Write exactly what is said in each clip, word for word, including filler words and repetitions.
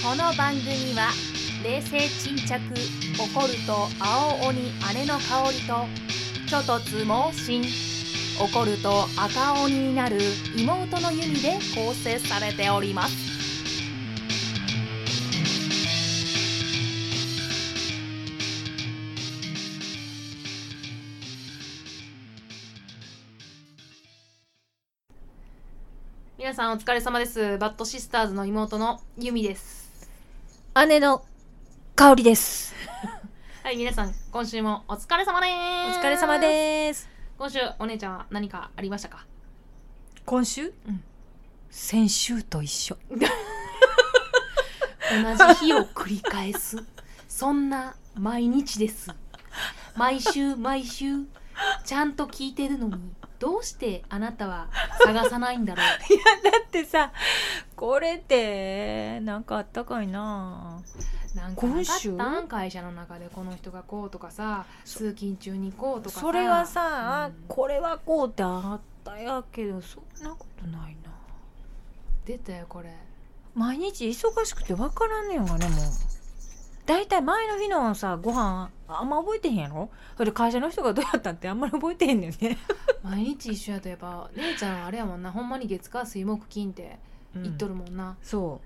この番組は冷静沈着怒ると青鬼姉の香りと虚突猛進怒ると赤鬼になる妹の弓で構成されております。皆さんお疲れ様です。バッドシスターズの妹の弓です。 姉の香りです。 はい、皆さん今週もお疲れ様です。 お疲れ様です。 今週お姉ちゃんは何かありましたか？ 今週、うん、先週と一緒同じ日を繰り返すそんな毎日です。毎週毎週ちゃんと聞いてるのにどうしてあなたは探さないんだろう。 いやだってさ、これってなんかあったかいな。 なんかなかったん？会社の中でこの人がこうとかさ、通勤中にこうとかさ、 それはさ、うん、これはこうってあったやけどそんなことないな。 出たよこれ。 毎日忙しくて分からんねんがね。もうだいたい前の日のさご飯あんま覚えてへんやろ。それ会社の人がどうやったってあんまり覚えてへんねんね。 毎日一緒やとやっぱ姉ちゃんはあれやもんな、ほんまに月火水木金って言っとるもんな、うん、 そう。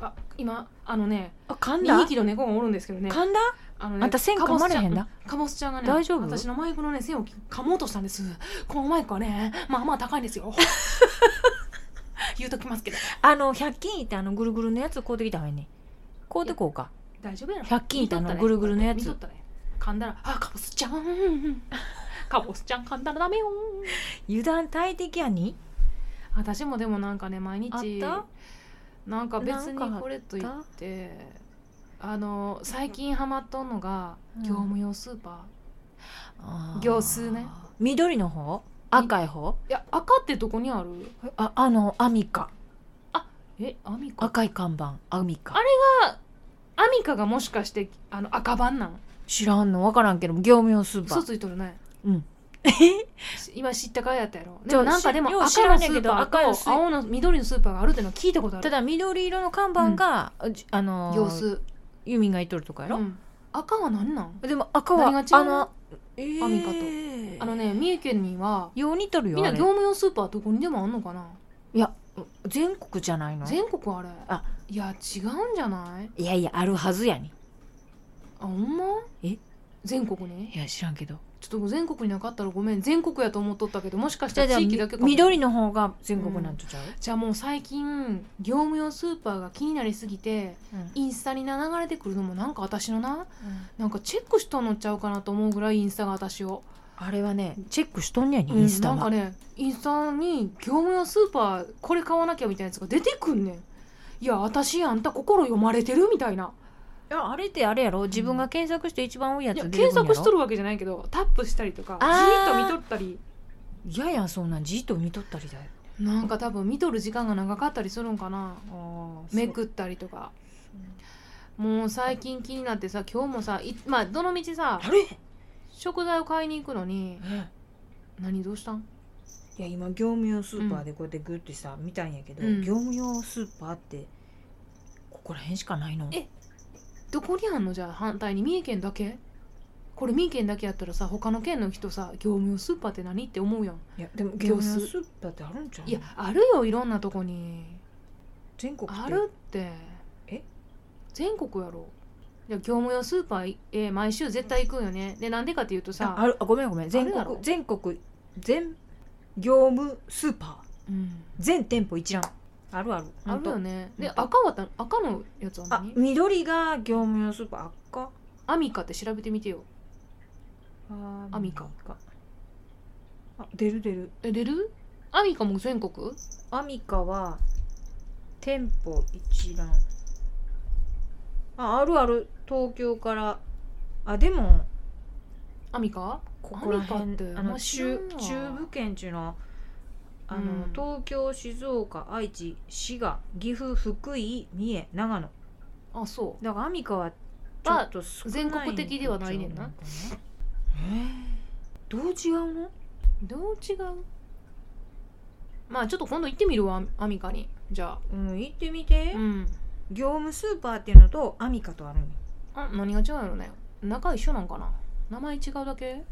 あ、今あのね、 あ、噛んだにひきの猫がおるんですけどね。 噛んだ？ あのね、 あんた線噛まれへんだ？ カボスちゃんがね、 大丈夫？ 私のマイクのね線を噛もうとしたんです。このマイクはね、まあまあ高いんですよ。言うときますけど、 あのひゃく均行ってあのぐるぐるのやつ買うてきた方がいいね。買うてこうか。 大丈夫やろ。 ひゃく均行ってあのぐるぐるのやつ見とったね。噛んだら、あ、カボスちゃんカボスちゃん噛んだらダメよ。 油断大敵やに。 私もでもなんかね、毎日あったなんか別にこれと言ってあの最近ハマっとんのが業務用スーパー、うん、業数ね。 緑の方？赤い方？ いや、赤ってどこにある？ あ、あのアミカ。 あ、え、アミカ？ 赤い看板アミカ。 あれがアミカがもしかしてあの赤版なん？ 知らんの分からんけど業務用スーパー。 嘘ついとるね。 うん。 今知ったかやったやろ。でもなんかでも赤のスーパーと青の緑のスーパーがあるってのは聞いたことある。 ただ緑色の看板が、うん、あの業数ユミが言っとるとかやろ、うん、 赤は何なん？ でも赤は何が違うの？ あの、えー、 アミカとあのね、三重県にはよう似とるよ。 みんな業務用スーパーどこにでもあんのかな。 いや全国じゃないの？ 全国あれ。 あ、 いや違うんじゃない？ いやいやあるはずやに。 あ、ほんま？ え、 全国に？ いや知らんけど。 ちょっと全国になかったらごめん、全国やと思っとったけど、もしかしたら地域だけかも。 緑の方が全国なんとちゃう、うん、 じゃあもう最近業務用スーパーが気になりすぎて、うん、インスタに流れてくるのもなんか私のな、うん、なんかチェックしとんのちゃうかなと思うぐらいインスタが私を。 あれはねチェックしとんねやに、インスタは、 うん、なんかねインスタに業務用スーパーこれ買わなきゃみたいなやつが出てくんねん。いや私あんた心読まれてるみたいな。 いやあれってあれやろ、自分が検索して一番多いやつ出てくるんやろ。検索しとるわけじゃないけどタップしたりとかじーっと見とったり。 いやいやそんなんじーっと見とったりだよ。 なんか多分見とる時間が長かったりするんかな。あ、めくったりとか、うん、もう最近気になってさ、今日もさい、まあどのみちさ、 あれ食材を買いに行くのに、え何どうしたん？ いや今業務用スーパーでこうやってグッてさ、うん、見たんやけど、うん、業務用スーパーってここら辺しかないの？ え、どこにあんの？じゃあ反対に三重県だけ？これ三重県だけやったらさ、他の県の人さ、業務用スーパーって何って思うやん。 いやでも業務用スーパーってあるんちゃう？ いやあるよ、いろんなとこに。 全国ってあるって。え、全国やろ。いや業務用スーパー、えー、毎週絶対行くんよね。でなんでかっていうとさ、 ああるあごめんごめん全国全国全業務スーパー、うん、全店舗一覧あるあるあるよね。で赤は赤のやつは何？ あ、緑が業務用スーパー。赤アミカって調べてみてよ。アミカ。 あ、出る出る。 え、出る？アミカも全国？ アミカは店舗一覧。あ、あるある。東京から。あ、でもアミカ？ ここら辺ってあの中中部圏っていうのはあの、うん、東京、静岡、愛知、滋賀、岐阜、福井、三重、長野。 あ、そう。 だからアミカはちょっと少ない、 全国的ではないねんな。 えー、どう違うの？ どう違う？まあちょっと今度行ってみるわ、アミカに。じゃあ。 うん、行ってみて。 うん。 業務スーパーっていうのとアミカとあるんよ。 あ、何が違うのね。中一緒なんかな。名前違うだけ。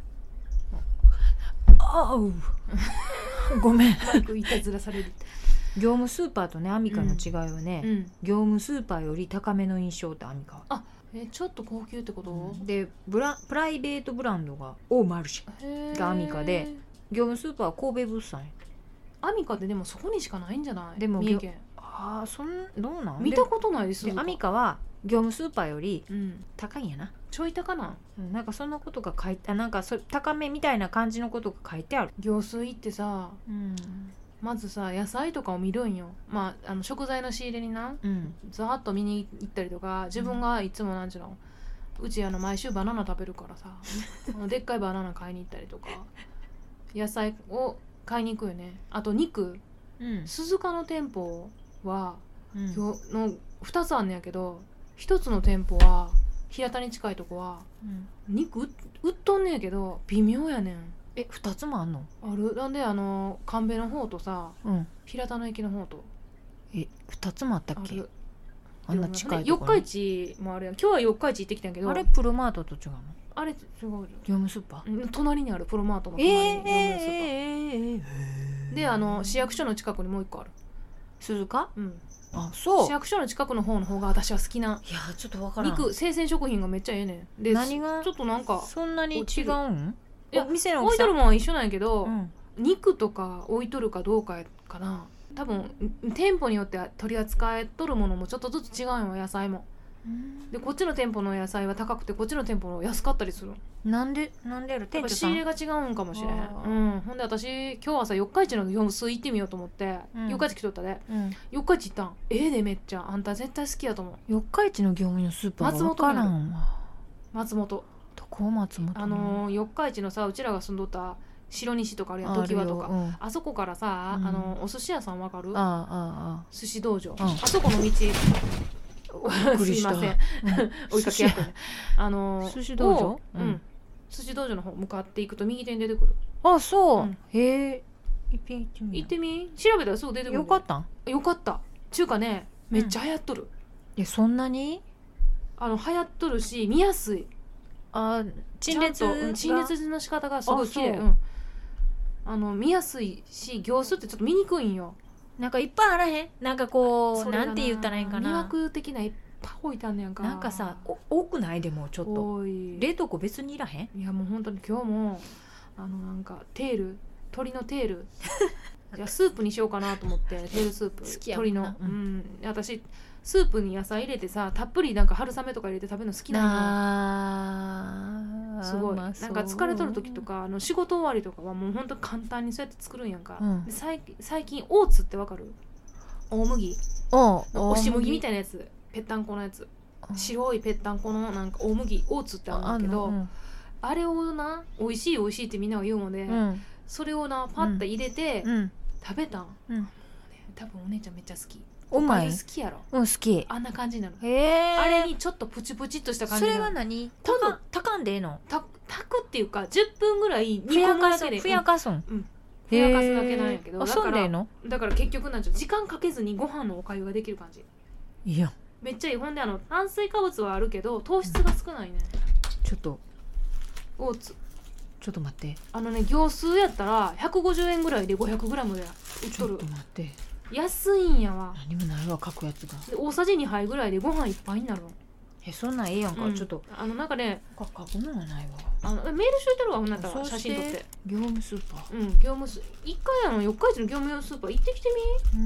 あうごめん。 マイクいたずらされる。 業務スーパーとねアミカの違いはね、 うん、 業務スーパーより高めの印象ってアミカは。 あ、えちょっと高級ってこと、 うん、でブラプライベートブランドがオーマルシェがアミカで、業務スーパーは神戸物産。 アミカってでもそこにしかないんじゃない。 でも三重県。 ああ、そんどうなん見たことないです。 でアミカは業務スーパーよりうん高いんやな、 ちょい高な。 うん、なんかそんなことが書いて、なんかそ高めみたいな感じのことが書いてある。 業スー行ってさ、 うん、 まずさ野菜とかを見るんよ。まああの食材の仕入れにな、 うん、 ざーっと見に行ったりとか、自分がいつもなんちゅうの、うちあの毎週バナナ食べるからさあのでっかいバナナ買いに行ったりとか野菜を買いに行くよね。あと肉、 うん、 鈴鹿の店舗は、 うん、 今日のふたつあんねやけど、ひとつの店舗は平田に近いとこは、うん、肉売っとんねやけど微妙やねん。 え、ふたつもあんの？ ある。なんであの神戸の方とさ、うん、平田の駅の方と、 え、ふたつもあったっけ？ある。あんな近いところに四日市もあるやん。今日は四日市行ってきたんやけど、 あれプロマートと違うの？あれ違うじゃん。業務スーパー、 うん、隣にある。プロマートの隣に業務スーパー、 えーえー、 であの市役所の近くにもう一個ある。 鈴鹿？ うん。 あ、そう。 市役所の近くの方の方が私は好きな。 いやちょっとわからん。 肉生鮮食品がめっちゃええねん。で何がちょっとなんかそんなに違うん？ いや店の置いとるもんは一緒なんやけど、うん、肉とか置いとるかどうかかな。多分店舗によって取り扱えとるものもちょっとずつ違うんよ。野菜も。でこっちの店舗の野菜は高くてこっちの店舗の安かったりする。 なんでなんでやろ。店長さん仕入れが違うんかもしれん。うん、ほんで私今日はさ四日市の業務スー行ってみようと思って、うん、四日市来とったで、うん、四日市行ったん。ええでめっちゃ。あんた絶対好きやと思う。 四日市の業務のスーパーは分からんわ。 松本。 どこ松本？ あのー、四日市のさうちらが住んどった白西とかあるやん。常盤とか あ,、うん、あそこからさ、うん、あのお寿司屋さんわかる？ああああ寿司道場、うん、あそこの道すいません、うん、追いかけやってね。あの寿司道場、 うん、寿司道場の方向かっていくと右手に出てくる。 あ、そう、うん、へえ。行ってみてみ。 行ってみ。調べたらすぐ出てくる。 よかったん？ よかった。ちゅうかね、めっちゃ流行っとる。 え、うん、そんなに？ あの流行っとるし見やすい。 あ、陳列が、 うん、陳列の仕方がすごい綺麗。うん、あの見やすいし、行数ってちょっと見にくいんよ。 なんかいっぱいあらへん？なんかこうなんて言ったらいいんかな。 魅惑的ないっぱい置いてあんねやんか。 なんかさ、多くない？でもちょっと多い。冷凍庫別にいらへん？ いやもう本当に今日もあのなんかテール、鶏のテールじゃあスープにしようかなと思って。テールスープ好きや鶏の、うん、うん、私スープに野菜入れてさ、たっぷりなんか春雨とか入れて食べるの好きなの。すごい、まあ、なんか疲れとる時とかあの仕事終わりとかはもうほんと簡単にそうやって作るんやんか、うん、で最最近オーツってわかる？大麦、おし麦みたいなやつ、ぺったんこのやつ、白いぺったんこのなんか大麦オーツってあるんだけど、 あ, あ,、うん、あれをな美味しい美味しいってみんなが言うので、うん、それをなパッと入れて食べたん、うんうん、多分お姉ちゃんめっちゃ好き。 お前好きやろ？ うん、好き。 あんな感じなの。 へー。 あれにちょっとプチプチっとした感じ。 それは何？たかたかんでええの？ た炊くっていうかじゅっぷんぐらい煮込むだけでふやかすん。 うん。ふやかすだけなんやけど。 あ、そうでええの？ だから結局なんちゃう時間かけずにご飯のおかゆができる感じ。 いや。 めっちゃいい。ほんであの炭水化物はあるけど糖質が少ないね。 ちょっと。 オーツ。 ちょっと待って。 あのね業数やったらひゃくごじゅうえんぐらいで ごひゃくグラム で売っとる。 ちょっと待って。安いんやわ。 何もないわ書くやつが。 で大さじにはいぐらいでご飯いっぱいになるの。 え、そんなんええやんか、うん、ちょっとあのなんかね書くのがないわ。あのメールしといてるわ。ほんなったら写真撮って。 業務スーパー、 うん、業務ス一回あの四日市の業務スーパー行ってきてみ。うん、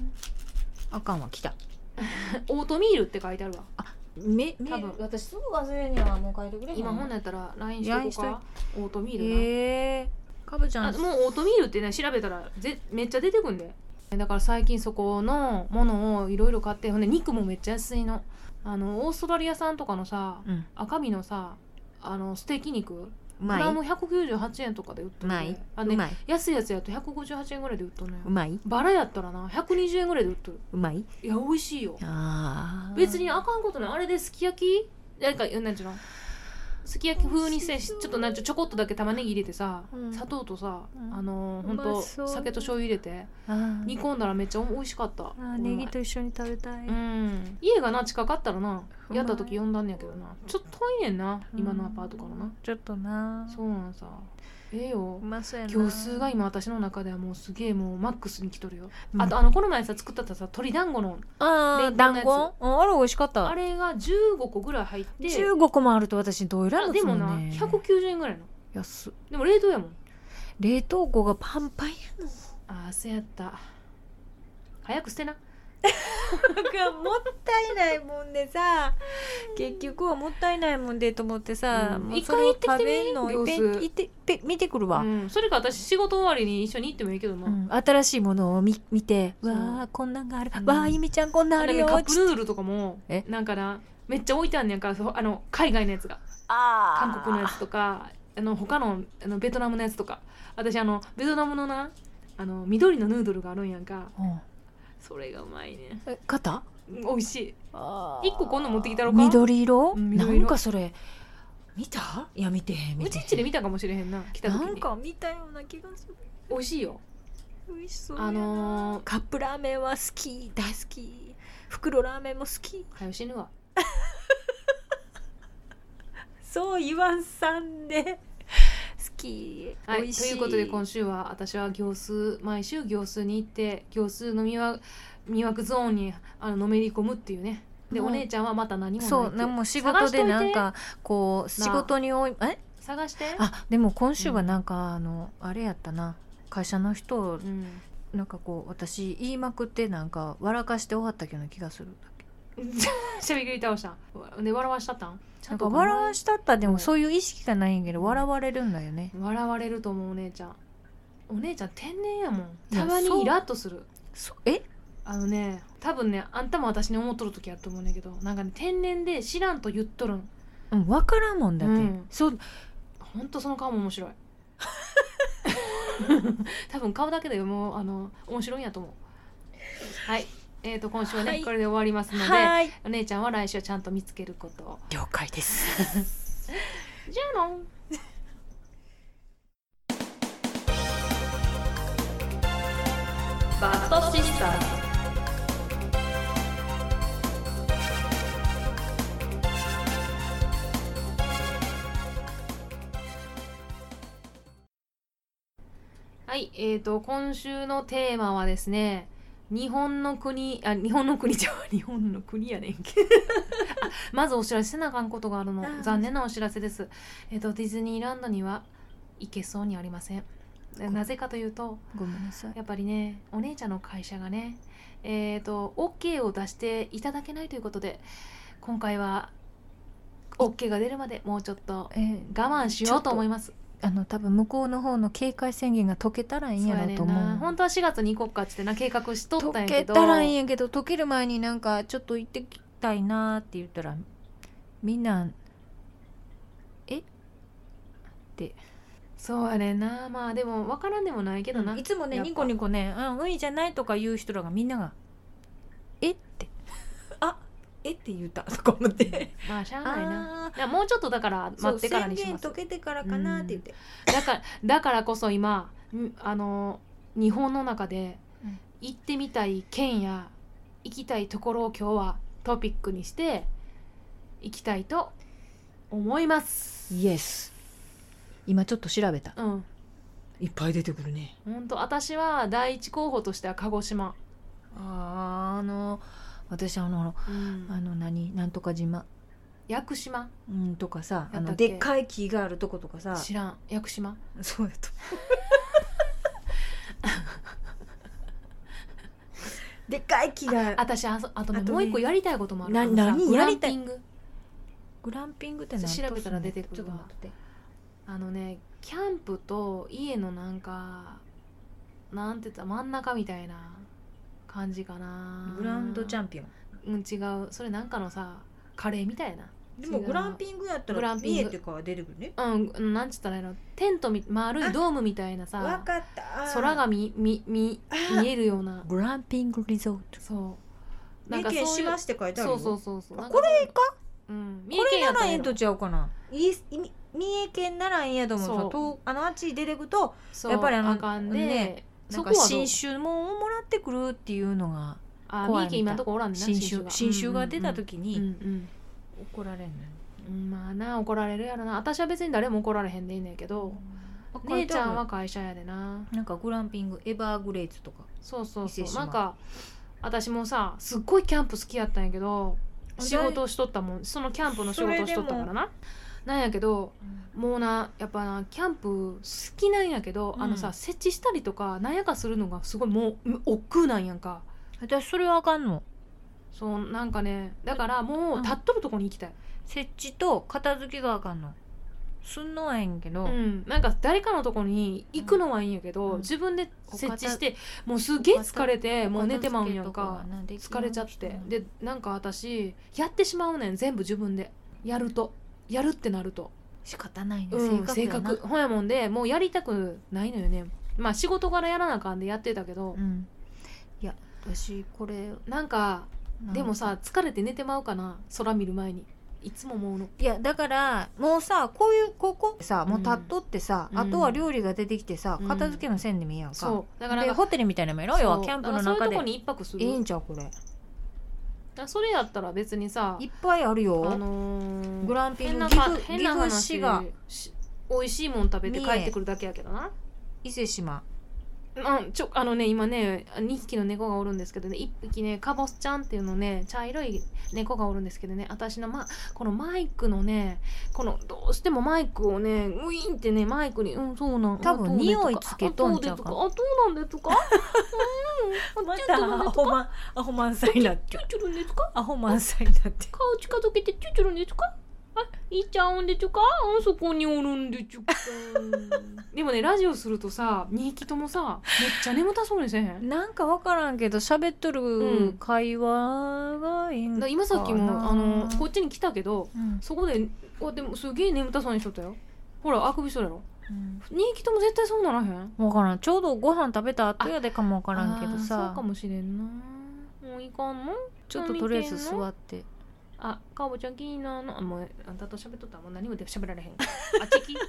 あかんわ。来たオートミールって書いてあるわ。 あ、め多分私すぐ忘れんやわ。もう書いてくれへん。 今ほんなやったら ライン しとこうか。オートミールな。 へえー、かぶちゃん。 もうオートミールってね調べたらぜめっちゃ出てくんで。だから最近そこのものをいろいろ買って、ほんで肉もめっちゃ安いの。あのオーストラリア産とかのさ、うん、赤身のさあのステーキ肉、グラムひゃくきゅうじゅうはちえんとかで売っとる。うまい。あ、ね、うまい。安いやつやとひゃくごじゅうはちえんぐらいで売っとるのよ。 うまい。 バラやったらなひゃくにじゅうえんぐらいで売っとる。 うまい。 いや美味しいよ。 あ、 別にあかんことない。あれですき焼きなんかなんちゅうのすき焼き風にしてちょっとなんちょちょこっとだけ玉ねぎ入れてさ、 うん、 砂糖とさ、 うん、 あのー、ほんと酒と醤油入れて煮込んだらめっちゃ美味しかった。 あネギと一緒に食べたい、 うん、家がな近かったらなやった時呼んだんやけどな、ちょっと遠いねんな、うん、今のアパートからな、 ちょっとな。 そうなんさ、ええよ、 うまそうやな。 業数が今私の中ではもうすげえもうマックスに来とるよ、 うん、 あとあのこの前さ作ったさ鶏団子のあ団子、うん、あれ美味しかった。 あれがじゅうごこぐらい入ってじゅうごこもあると私どう選ぶつもんね。 でもなひゃくきゅうじゅうえんぐらいの安っ。 でも冷凍やもん、 冷凍庫がパンパンやの。 ああそうやった、早く捨てなもったいないもんでさ結局はもったいないもんでと思ってさ、 うん、一回行ってきてみ、 のいっぺん行ってぺ見てくるわ、 うん、それか私仕事終わりに一緒に行ってもいいけどな、うん、 新しいものを 見, 見てわあこんなんがある、うん、わあゆみちゃんこんなんあるよ、 カップヌードルとかもなんかなめっちゃ置いてあんねんか、あの海外のやつが、あ韓国のやつとかあの他のあのベトナムのやつとか、私あのベトナムのなあの緑のヌードルがあるんやんか、うん、それがうまいね。 え買った？ 美味しい。あ一個今度持ってきたろか。 緑色、うん、 緑色なんかそれ見た？いや見てへん見てへん。 うちっちで見たかもしれへんな、来た時に。 なんか見たような気がする。 美味しいよ。 美味しそう。 あのー、 カップラーメンは好き、大好き。袋ラーメンも好き。 はよ死ぬわ。 そう言わんさんで好き、 はい、 美味しい。 ということで今週は私は行数毎週行数に行って行数の魅惑魅惑ゾーンにあののめり込むっていうね。でお姉ちゃんはまた何もないっていう。 そうなんも仕事でなんかこう仕事においえ探して。 あでも今週はなんか、うん、あのあれやったな、会社の人、うん、なんかこう私言いまくってなんか笑かして終わったような気がするだけ。 しゃべくり倒したで笑わしたったん。 なんか笑わしたったでもそういう意識がないんやけど、うん、笑われるんだよね。 笑われると思う。お姉ちゃんお姉ちゃん天然やもん。たまにイラッとする。 そえあのね多分ねあんたも私に思っとる時あると思うんだけど、なんかね天然で知らんと言っとるん。 うん分からんもんだって、うん、そうほんとその顔も面白い。多分顔だけでもうあの面白いんやと思う。はいえー、と今週はね、はい、これで終わりますので、はい、お姉ちゃんは来週ちゃんと見つけることを。 了解です。 じゃあのバッドシスターズ。はい、えーと今週のテーマはですね、日本の国あ日本の国じゃ日本の国やねんけどまずお知らせせなあかんことがあるの。残念なお知らせです。えっとディズニーランドには行けそうにありません。なぜかというと、 ごめんなさい、 やっぱりねお姉ちゃんの会社がねえっと OK を出していただけないということで、今回は OK が出るまでもうちょっと我慢しようと思います。 あの多分向こうの方の警戒宣言が解けたらいいんやろうと思う。 本当はしがつに行こっかってな計画しとったんやけど、 解けたらいいんやけど解ける前になんかちょっと行ってきたいなって言ったらみんなえってそうやねんな。まあでも分からんでもないけどな、 うん、いつもねニコニコねうんうんいいじゃないとか言う人らがみんながえってあえって言ったとか思ってまあしゃあないな。あもうちょっとだから待ってからにします。 宣言解けてからかなって言って、 うん、だからだからこそ今あの日本の中で行ってみたい県や行きたいところを今日はトピックにして行きたいと思います。 イエス。今ちょっと調べた、 うん、 いっぱい出てくるね。 ほんと私は第一候補としては鹿児島。 あーあの私あの、うん、あの何なんとか島屋久島、 うん、とかさあのでっかい木があるとことかさ。 知らん。屋久島そうやとでっかい木が。 あ私ああとねもう一個やりたいこともある。 な何グランピング。 グランピングって何？ 調べたら出てくるわ。あのねキャンプと家のなんかなんて言った真ん中みたいな感じかな。 グランドチャンピオン。 うん違う。それなんかのさカレーみたいな。 でもグランピングやったら見えてから出てくるね。 うんなんつったらいいの、テントみ丸いドームみたいなさ。 わかった。 空が見見見見えるような。 グランピングリゾート。 そう。 なんかそういう。三重県しまして書いてあるよ。 そうそうそうそう。 これか？ うん。 これならええんとちゃうかな。 いい三重県ならええんやと思う。 そうさとあのあっち出てくとそうやっぱりあのあかんで、 ねなんかそこはどう新種ももらってくるっていうのがあ怖いみたい三重県今のとこおらんねんな新種が新種が出た時うんにうん怒られるのよ。 うんうんまあな怒られるやろな。私は別に誰も怒られへんでいいねんけど、姉ちゃんは会社やでな。 なんかグランピングエバーグレイズとかそうそうそう伊勢志摩なんか私もさすっごいキャンプ好きやったんやけど仕事をしとったもん。そのキャンプの仕事をしとったからななんやけどもうなやっぱなキャンプ好きなんやけど、 うんあのさ設置したりとかなんやかするのがすごいもう億劫なんやんか。 私それはあかんの。 そうなんかねだからもう立っとるとこに行きたい、 設置と片付けがあかんの。すんのはいいんけど、 うん、なんか誰かのとこに行くのはいいんやけど、 うん自分で設置してもうすげえ疲れてもう寝てまうんやんか。 疲疲れちゃってでなんか私やってしまうねん全部自分でやるとやるってなると、 仕方ないね、 うん、性性格やな格ほやもんでもうやりたくないのよね。まあ仕事柄やらなあかんでやってたけど、 うん、いや私これなんかなんかでもさ疲れて寝てまうかな空見る前にいつも思うの。 いやだからもうさこういうここさもう立っとってさ、 うんあとは料理が出てきてさ、 うん片付けのせんでもいいやんか、 そうだからでホテルみたいなのもやろ要はキャンプの中でそうだからそういうとこに一泊するいいんちゃうこれだからそれやったら別にさいっぱいあるよ、 あのー、 グランピン変なグ岐阜変な岐阜市がし美味しいもん食べて帰ってくるだけやけどな。 伊勢志摩うん、ちょあのね今ねにひきの猫がおるんですけどねいっぴきねカボスちゃんっていうのね茶色い猫がおるんですけどね私の、ま、このマイクのねこのどうしてもマイクをねウィーンってねマイクにうんそうなん多分あそうね匂いつけとんちゃうかあそうなんですかあそうなんですかうんまたアホマンアホマンさんになってチューチュルんですかアホマンさんになって顔近づけてチューチュルんですかあいっちゃうんでちゅかあそこにおるんでちゅかでもねラジオするとさにひきともさめっちゃ眠たそうにせえへん。 なんか分からんけど喋っとる会話がいいんかな、 だ今さっきもあのこっちに来たけど、 うんそこでこうやってもすげえ眠たそうにしとったよ。ほらあくびしとるやろ。 うんにひきとも絶対そうならへん。 分からんちょうどご飯食べた後やでかも分からんけどあーさそうかもしれんな。もういかんのちょっととりあえず座ってあかぼちゃん気になるのあもうあんたと喋っとったらもう何もで喋られへんあチキ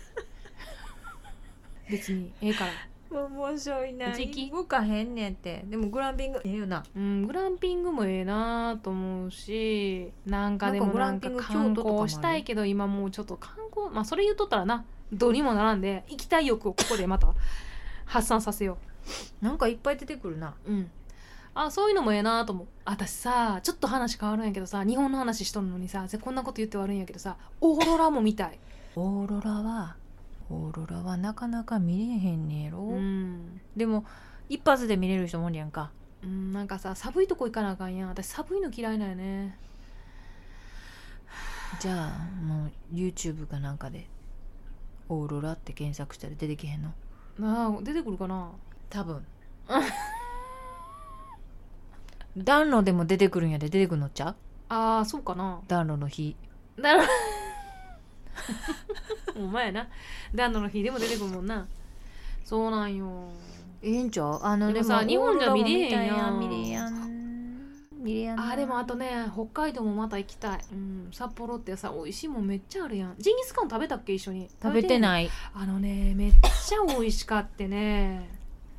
別にええから面白いな時期動かへんねんってでもグランピングええよなうんグランピングもええなと思うしなんかでもなんかなんかグランピング観京都とかもある光したいけど今もうちょっと観光まあそれ言っとったらなどうにもならんで行きたい欲をここでまた発散させよなんかいっぱい出てくるなう。うんあそういうのもええなと思う。私さちょっと話変わるんやけどさ日本の話しとるのにさこんなこと言って悪いんやけどさオーロラも見たい。 オーロラはオーロラはなかなか見れへんねやろ、 うんでも一発で見れる人もおるやんか。 うんなんかさ寒いとこ行かなあかんやん。私寒いの嫌いなんよね。 じゃあもう YouTube かなんかでオーロラって検索したら出てけへんの？ なあ出てくるかな。 多分暖炉でも出てくるんやで出てくるのちゃう？ あーそうかな。 暖炉の日だからお前やな暖炉の日でも出てくるもんな。そうなんよ。 ええんちゃう？あのでもさ日本じゃ見れへんやんオーロラも見れやん見れやんな。 あでもあとね北海道もまた行きたい、うん、札幌ってさ美味しいもんめっちゃあるやん。ジンギスカン食べたっけ一緒に？ 食べてい。 ない。 あのねめっちゃ美味しかってね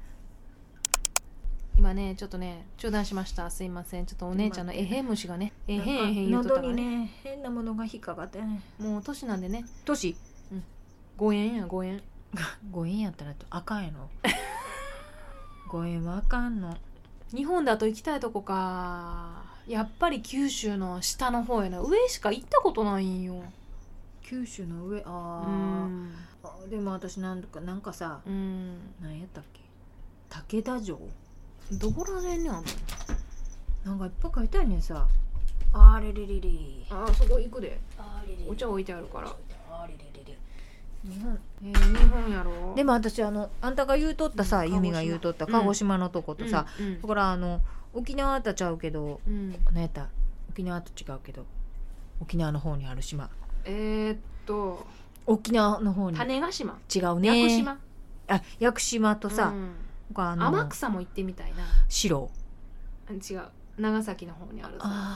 今ねちょっとね中断しました。すいません。ちょっとお姉ちゃんのえへん虫がねえへんえへん言うとったから喉ね。 にね変なものが引っかかってね。 もう年なんでね年ごえんやごえん。 ごえんやったらあかんやろごえんはあかんの。 日本だと行きたいとこかやっぱり九州の下の方やな。上しか行ったことないんよ。 九州の上あうー、 んあでも私なんかなんかさうん何やったっけ武田城どこら辺にあんの？ なんかいっぱい書いてあるねんさ。あれれれれあそこ行くで。 あれれれお茶置いてあるから。 あれれれれ日本えー、日本やろ。 でも私あのあんたが言うとったさ、 うん由美が言うとった鹿児島のとことさ、 うんうんだからあの沖縄とちゃうけどうん、 何やった沖縄と違うけど沖縄の方にある島えー、っと沖縄の方に種子島違うね屋久島あ屋久島とさ、 うん他あの天草も行ってみたいな。 白違う長崎の方にあるさあ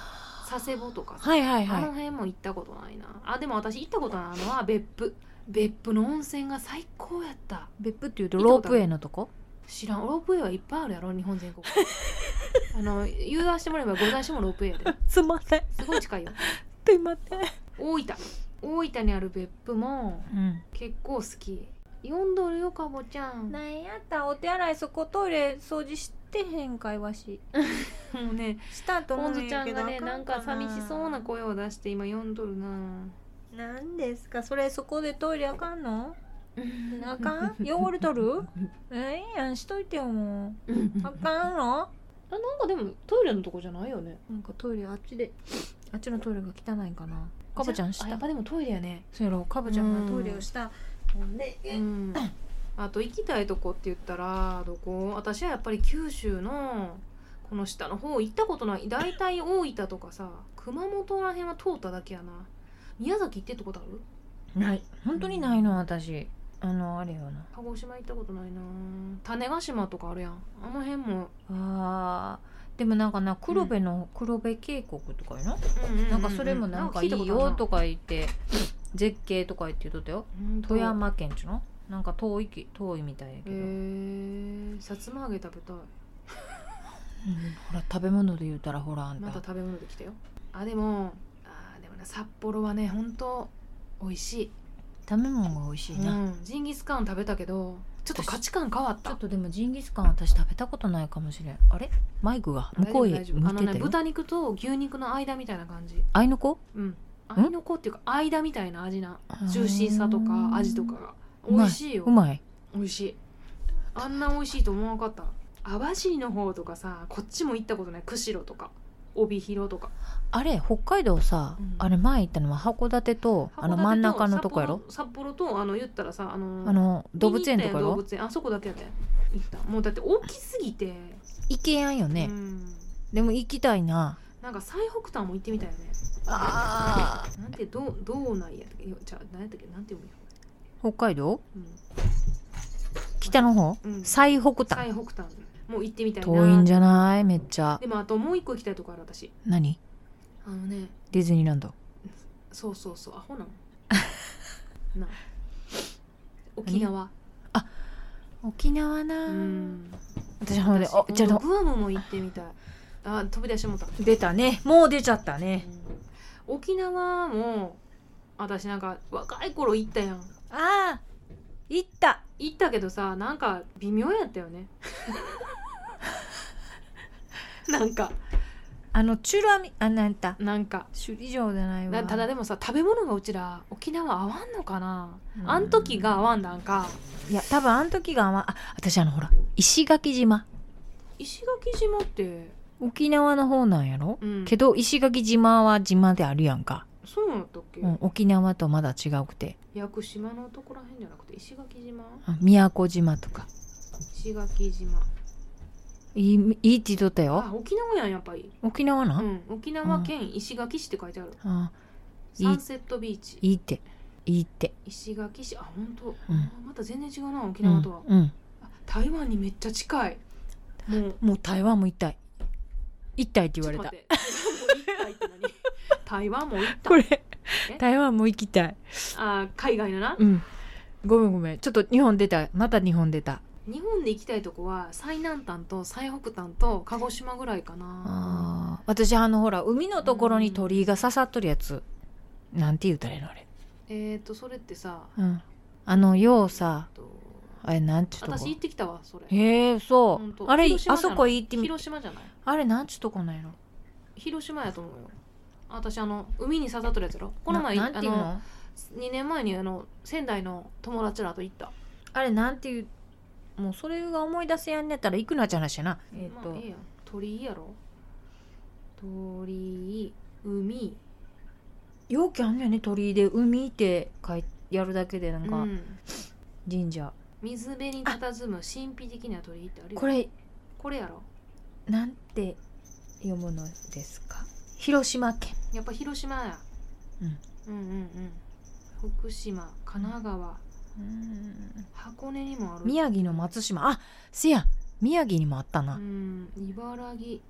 佐世保とかさ、 はいはいはいあの辺も行ったことないな。あでも私行ったことあるのは別府。別府の温泉が最高やった。 別府っていうとロープウェイのとこ？ 知らん。ロープウェイはいっぱいあるやろ日本全国あの誘導してもらえばございしてもロープウェイやで。 すいません、 すごい近いよ。 すいません。 大分大分にある別府もうん結構好き。読んどるよかぼちゃん。 なんやったお手洗いそこトイレ掃除してへんかいわしもうねしたと思ポンうんやけどズちゃんがねなんか寂しそうな声を出して今読んどるな。 なんですかそれ、そこでトイレあかんの？あかん？汚れとる？ええやんしといてよもう。あかんの？ あなんかでもトイレのとこじゃないよね。 なんかトイレあっちであっちのトイレが汚いんかな。かぼちゃんした。 あやっぱでもトイレやね。 そうやろ、かぼちゃんがトイレをしたで、 うんあと行きたいとこって言ったらどこ？私はやっぱり九州のこの下の方行ったことない。だいたい大分とかさ熊本らへんは通っただけやな。宮崎行ってってことある？ ない本当にないの私。あのあれよな、 鹿児島行ったことないな。種子島とかあるやん。あの辺もあーでもなんかな黒部の黒部渓谷とかやな、 うんうんうんうんなんかそれもなんかいいよとか言って絶景とか言って言っとったよ。 うん富山県ちゅのなんか遠いき遠いみたいやけど、 へえさつま揚げ食べたい。 うんほら食べ物で言うたらほらあんたまた食べ物できたよ。あでもあでもね札幌はねほんと美味しい。 食べ物が美味しいな、 うん、ジンギスカン食べたけどちょっと価値観変わった。 ちょっとでもジンギスカン私食べたことないかもしれん。あれマイクが向こうへ向いて大丈夫あのねたよ。 豚肉と牛肉の間みたいな感じ。 あいの子うんあいの子っていうか間みたいな味な。ジューシーさとか味とかが美味しいよ。 うまい美味しい。あんな美味しいと思わなかった。網走の方とかさこっちも行ったことない。釧路とか帯広とか。 あれ北海道さ、うん、あれ前行ったのは函館とあの真ん中のとこやろ。 札幌とあの言ったらさあのあの動物園とかやろ。 動物園あそこだけやで行った。もうだって大きすぎて行けやんよね、うん、でも行きたいな。 なんか最北端も行ってみたいよね。 ああなんてどうどうなんやったっけ。じゃあ何やったっけなんて読むよ北海道、 うん、 北の方、うん、最北端最北端もう行ってみたいな。 遠いんじゃないめっちゃ。 でもあともう一個行きたいとこある私。 何？ あのねディズニーランド。 そうそうそうアホなのな沖縄。 あ沖縄な、うん、私はであじゃあグアムも行ってみたい。あ飛び出してもた。 出たねもう出ちゃったね、 うん、沖縄も私なんか若い頃行ったやん。 ああ行った行ったけどさなんか微妙やったよねなんかあのチュラミあなんたなんか首里城じゃないわ。 ただでもさ食べ物がうちら沖縄合わんのかな、うん、あん時が合わんだんか。 いや多分あん時が合わん。あ私あのほら石垣島石垣島って沖縄の方なんやろ、うん、けど石垣島は島であるやんか。 そうやったっけ、 うん、沖縄とまだ違うくて屋久島のとこらへんじゃなくて石垣島宮古島とか石垣島いいいいって言っとったよ。 あ沖縄やんやっぱり。 沖縄な、 うん、沖縄県石垣市って書いてある。 あサンセットビーチいいっていいって石垣市。あ本当、 うん、 また全然違うな沖縄とは、 うんうん、 あ台湾にめっちゃ近い。 もうもう台湾も行きたい行きたいって言われた。 ちょっと待って台湾も行きたいって何台湾も行ったこれ台湾も行きたい。 あ海外のな、 うん、ごめんごめんちょっと日本出たまた日本出た。 日本で行きたいとこは最南端と最北端と鹿児島ぐらいかな。 あ私あのほら海のところに鳥居が刺さっとるやつ、うん、なんて言うたらいいのあれ。 えっ、ー、とそれってさ、 うん、あのようさあれなんちゅうとこ。 私行ってきたわそれ。 へえそうあれあそこ行ってみ。 広島じゃないあれなんちゅうとこないの。 広島やと思うよ。私あの海に刺さっとるやつやろ。この前なんていうのあのにねんまえにあの仙台の友達らと行った。 あれなんていうもうそれが思い出せやんねったら行くなっちゃう話やな。えっ、ー、と、 まあ、ええやん鳥居やろ。鳥居海よくあんのよね鳥居で海って書いやるだけでなんか、うん、神社水辺に佇む神秘的な鳥居ってあるよ。 これこれやろ。 なんて読むのですか。広島県。 やっぱ広島や、うん、うんうんうん福島神奈川、うんうん箱根にもある。 宮城の松島あせや宮城にもあったな。 うん茨城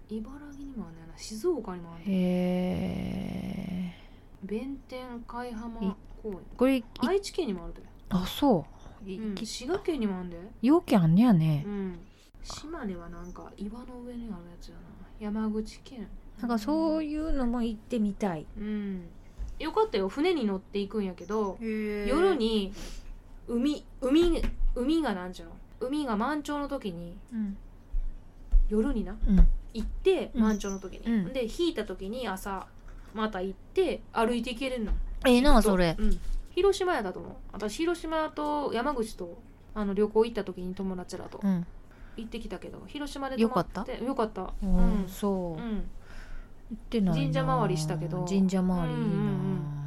茨城にもあるんだよな、静岡にもあるんだよ。 へえ。 弁天海浜公園、 これ愛知県にもあるで。 あ、そう、 うん、滋賀県にもあるんで。 陽気あんねやね、 うん、島根はなんか岩の上にあるやつやな。山口県なんかそういうのも行ってみたい。 うん、よかったよ。船に乗っていくんやけど、 夜夜に海海海がなんちゅうの、海が満潮の時に、 うん、 夜にな、 うん、 行って満潮の時に、 うん、 で引いた時に朝また行って歩いていけるの。 ええなそれ、 うん、広島やだと思う。私広島と山口とあの旅行行った時に友達らとうん、 行ってきたけど、広島で泊まってよかった。 うん、そう、 うん、 行ってないな。 神社回りしたけど、 神社回りいいな、うんうんうん、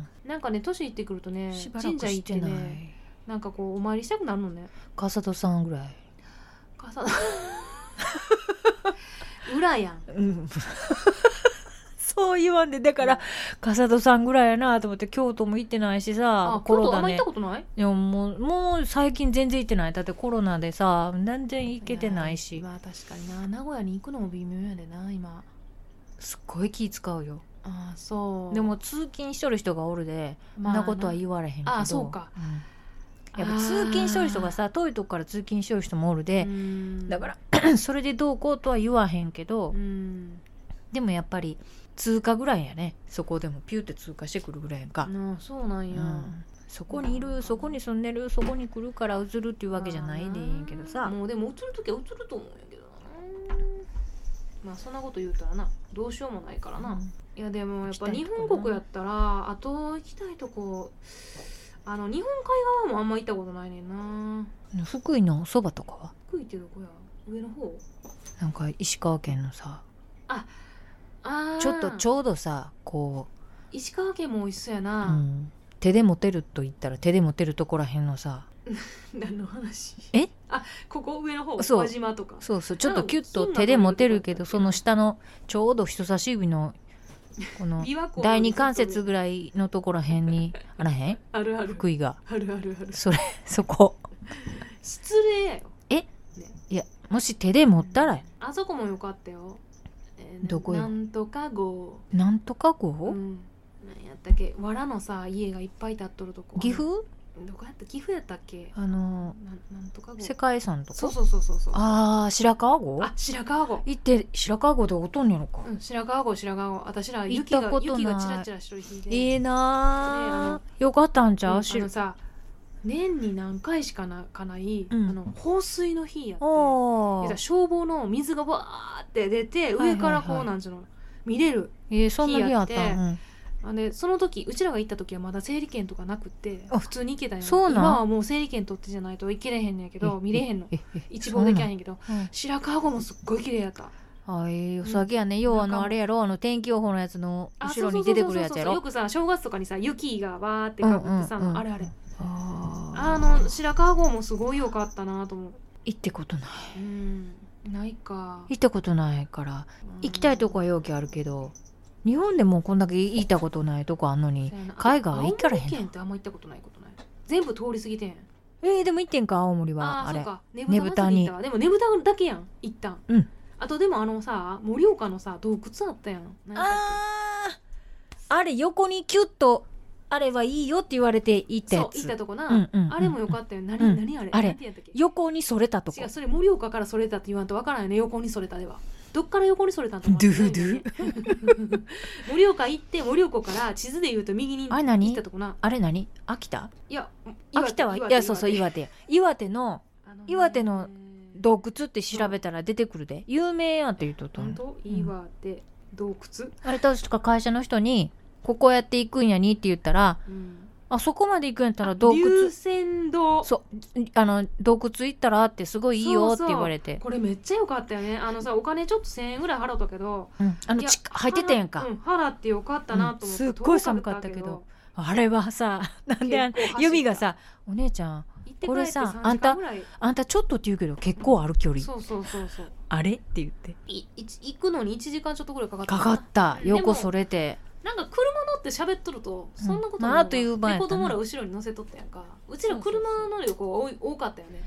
なんかね年いってくるとね、神社行ってね、なんかこうお参りしたくなるのね。 笠戸さんぐらい。 笠戸裏やん、 うん、そう言わんで、だから、うん、笠戸さんぐらいやなと思って。京都も行ってないしさ。 あ、コロナ、ね、あんま行ったことない？ いやもう、もう最近全然行ってない。だってコロナでさ全然行けてないし。 まあ確かにな、名古屋に行くのも微妙やでな今。 すっごい気使うよ。 あ、そう。 でも通勤しとる人がおるで、まあ、そんなことは言われへんけど。 あ、そうか、 うん、やっぱ通勤しとる人がさ、遠いとこから通勤しとる人もおるで、だからそれでどうこうとは言わへんけど、うん、でもやっぱり通過ぐらいやね。そこでもピューって通過してくるぐらいやんか。 あ、そうなんや、うん、 そこにいる、そこに住んでる、そこに来るから移るっていうわけじゃないでいいんけどさ。 もうでも移るときは移ると思うんやけどな。まあそんなこと言うたらな、どうしようもないからな、うん、いやでもやっぱ日本国やったらあと行きたいとこ、あの日本海側もあんま行ったことないねんな。 福井のそばとかは？ 福井ってどこや？上の方？ なんか石川県のさ、 ああ、 ちょっとちょうどさ、こう石川県も美味しそうやな、 うん、手で持てると言ったら手で持てるとこらへんのさ何の話？ え？ あ、ここ上の方、 そう、 輪島とか。 そうそう、ちょっとキュッと手で持てるけど、その下のちょうど人差し指のこの第二関節ぐらいのところらへんにあらへん？ あるある。 福井が。 あるあるある。 それ、そこ。 失礼やよ。 え？ね、いや、もし手で持ったら、うん、 あそこもよかったよ。 えー、どこよ？ なんとか号。 なんとか号？ うん。何やったっけ？藁のさ、家がいっぱい建っとるとこ。 岐阜？ どこやった？岐阜やったっけ？ あのー、な, なんとか世界遺産とか。 そうそうそうそうそう。 ああ、白川郷？ あ、白川郷。 行って白川郷でおとんやろか。 うん、白川郷、白川郷。私ら雪が雪がチラチラしとる日で。 いいなー、ね、よかったんちゃう？うん、 あのさ、年に何回しかなかない、うん、あの放水の日やって。消防の水がわーって出て、上からこうなんちゅうの、見れる日やって。えー、そんな日あった。うん、でその時うちらが行った時はまだ整理券とかなくって普通に行けたんや。今はもう整理券取ってじゃないと行けれへんねんやけど、見れへんの、一望できへんけど、うん、白川郷もすっごい綺麗やった。 あ、えー、よさげやね、うん、要はあのあれやろ、あの天気予報のやつの後ろに出てくるやつやろ。 よくさ正月とかにさ雪がわーってかぶってさ、うんうんうん、あれあれ、ああの白川郷もすごい良かったなと思う。 行ってことない、 うん、ないか。 行ったことないから、うん、行きたいとこは容器あるけど、日本でもこんだけ行ったことないとこあんのに海外は行かれへんの。青森県ってあんま行ったことないことない。全部通り過ぎてん。 えー、でも行ってんか青森は。ああれ、そうか、 ねぶたに。でもねぶただけやん一旦。うん。あとでもあのさ、盛岡のさ洞窟あったやん。 ああ、あれ横にキュッとあれはいいよって言われて行ったやつ。 そう、行ったとこな、うんうんうん、あれもよかったよ。何、うん、何あれ、 あれ横にそれたとこ。 違う、それ盛岡からそれたって言わんとわからないよね。横にそれたではどっから横にそれたんと思って、ね、ドゥドゥ盛岡行って、盛岡から地図で言うと右に行ったとこな。 あれ何？秋田？ いや秋田は、いやそうそう、岩手岩手の、あのー、岩手の洞窟って調べたら出てくるで、有名やって言うとった。 本当？岩手洞窟、 あれ確か会社の人にここやっていくんやにって言ったら、うん、あそこまで行くんやったら洞窟、 龍泉洞、 そうあの洞窟行ったらってすごいいいよって言われて。 そうそう、これめっちゃ良かったよね。あのさ、お金ちょっとせんえんぐらい払ったけど、 うん、あのち入ってたやんか、 うん、払ってよかったなと思って、うん、 すっごい寒かったけど、あれはさ、なんで指がさ、お姉ちゃんこれさ、あんたあんたちょっとって言うけど結構ある距離、 そうそうそうそう、 あれって言ってい行くのにいちじかんちょっとぐらいかかったかかった。横それてなんか車乗って喋っとるとそんなことない、 うん、まあ、という場合子供ら後ろに乗せとったやんか。うちら車の旅行多かったよね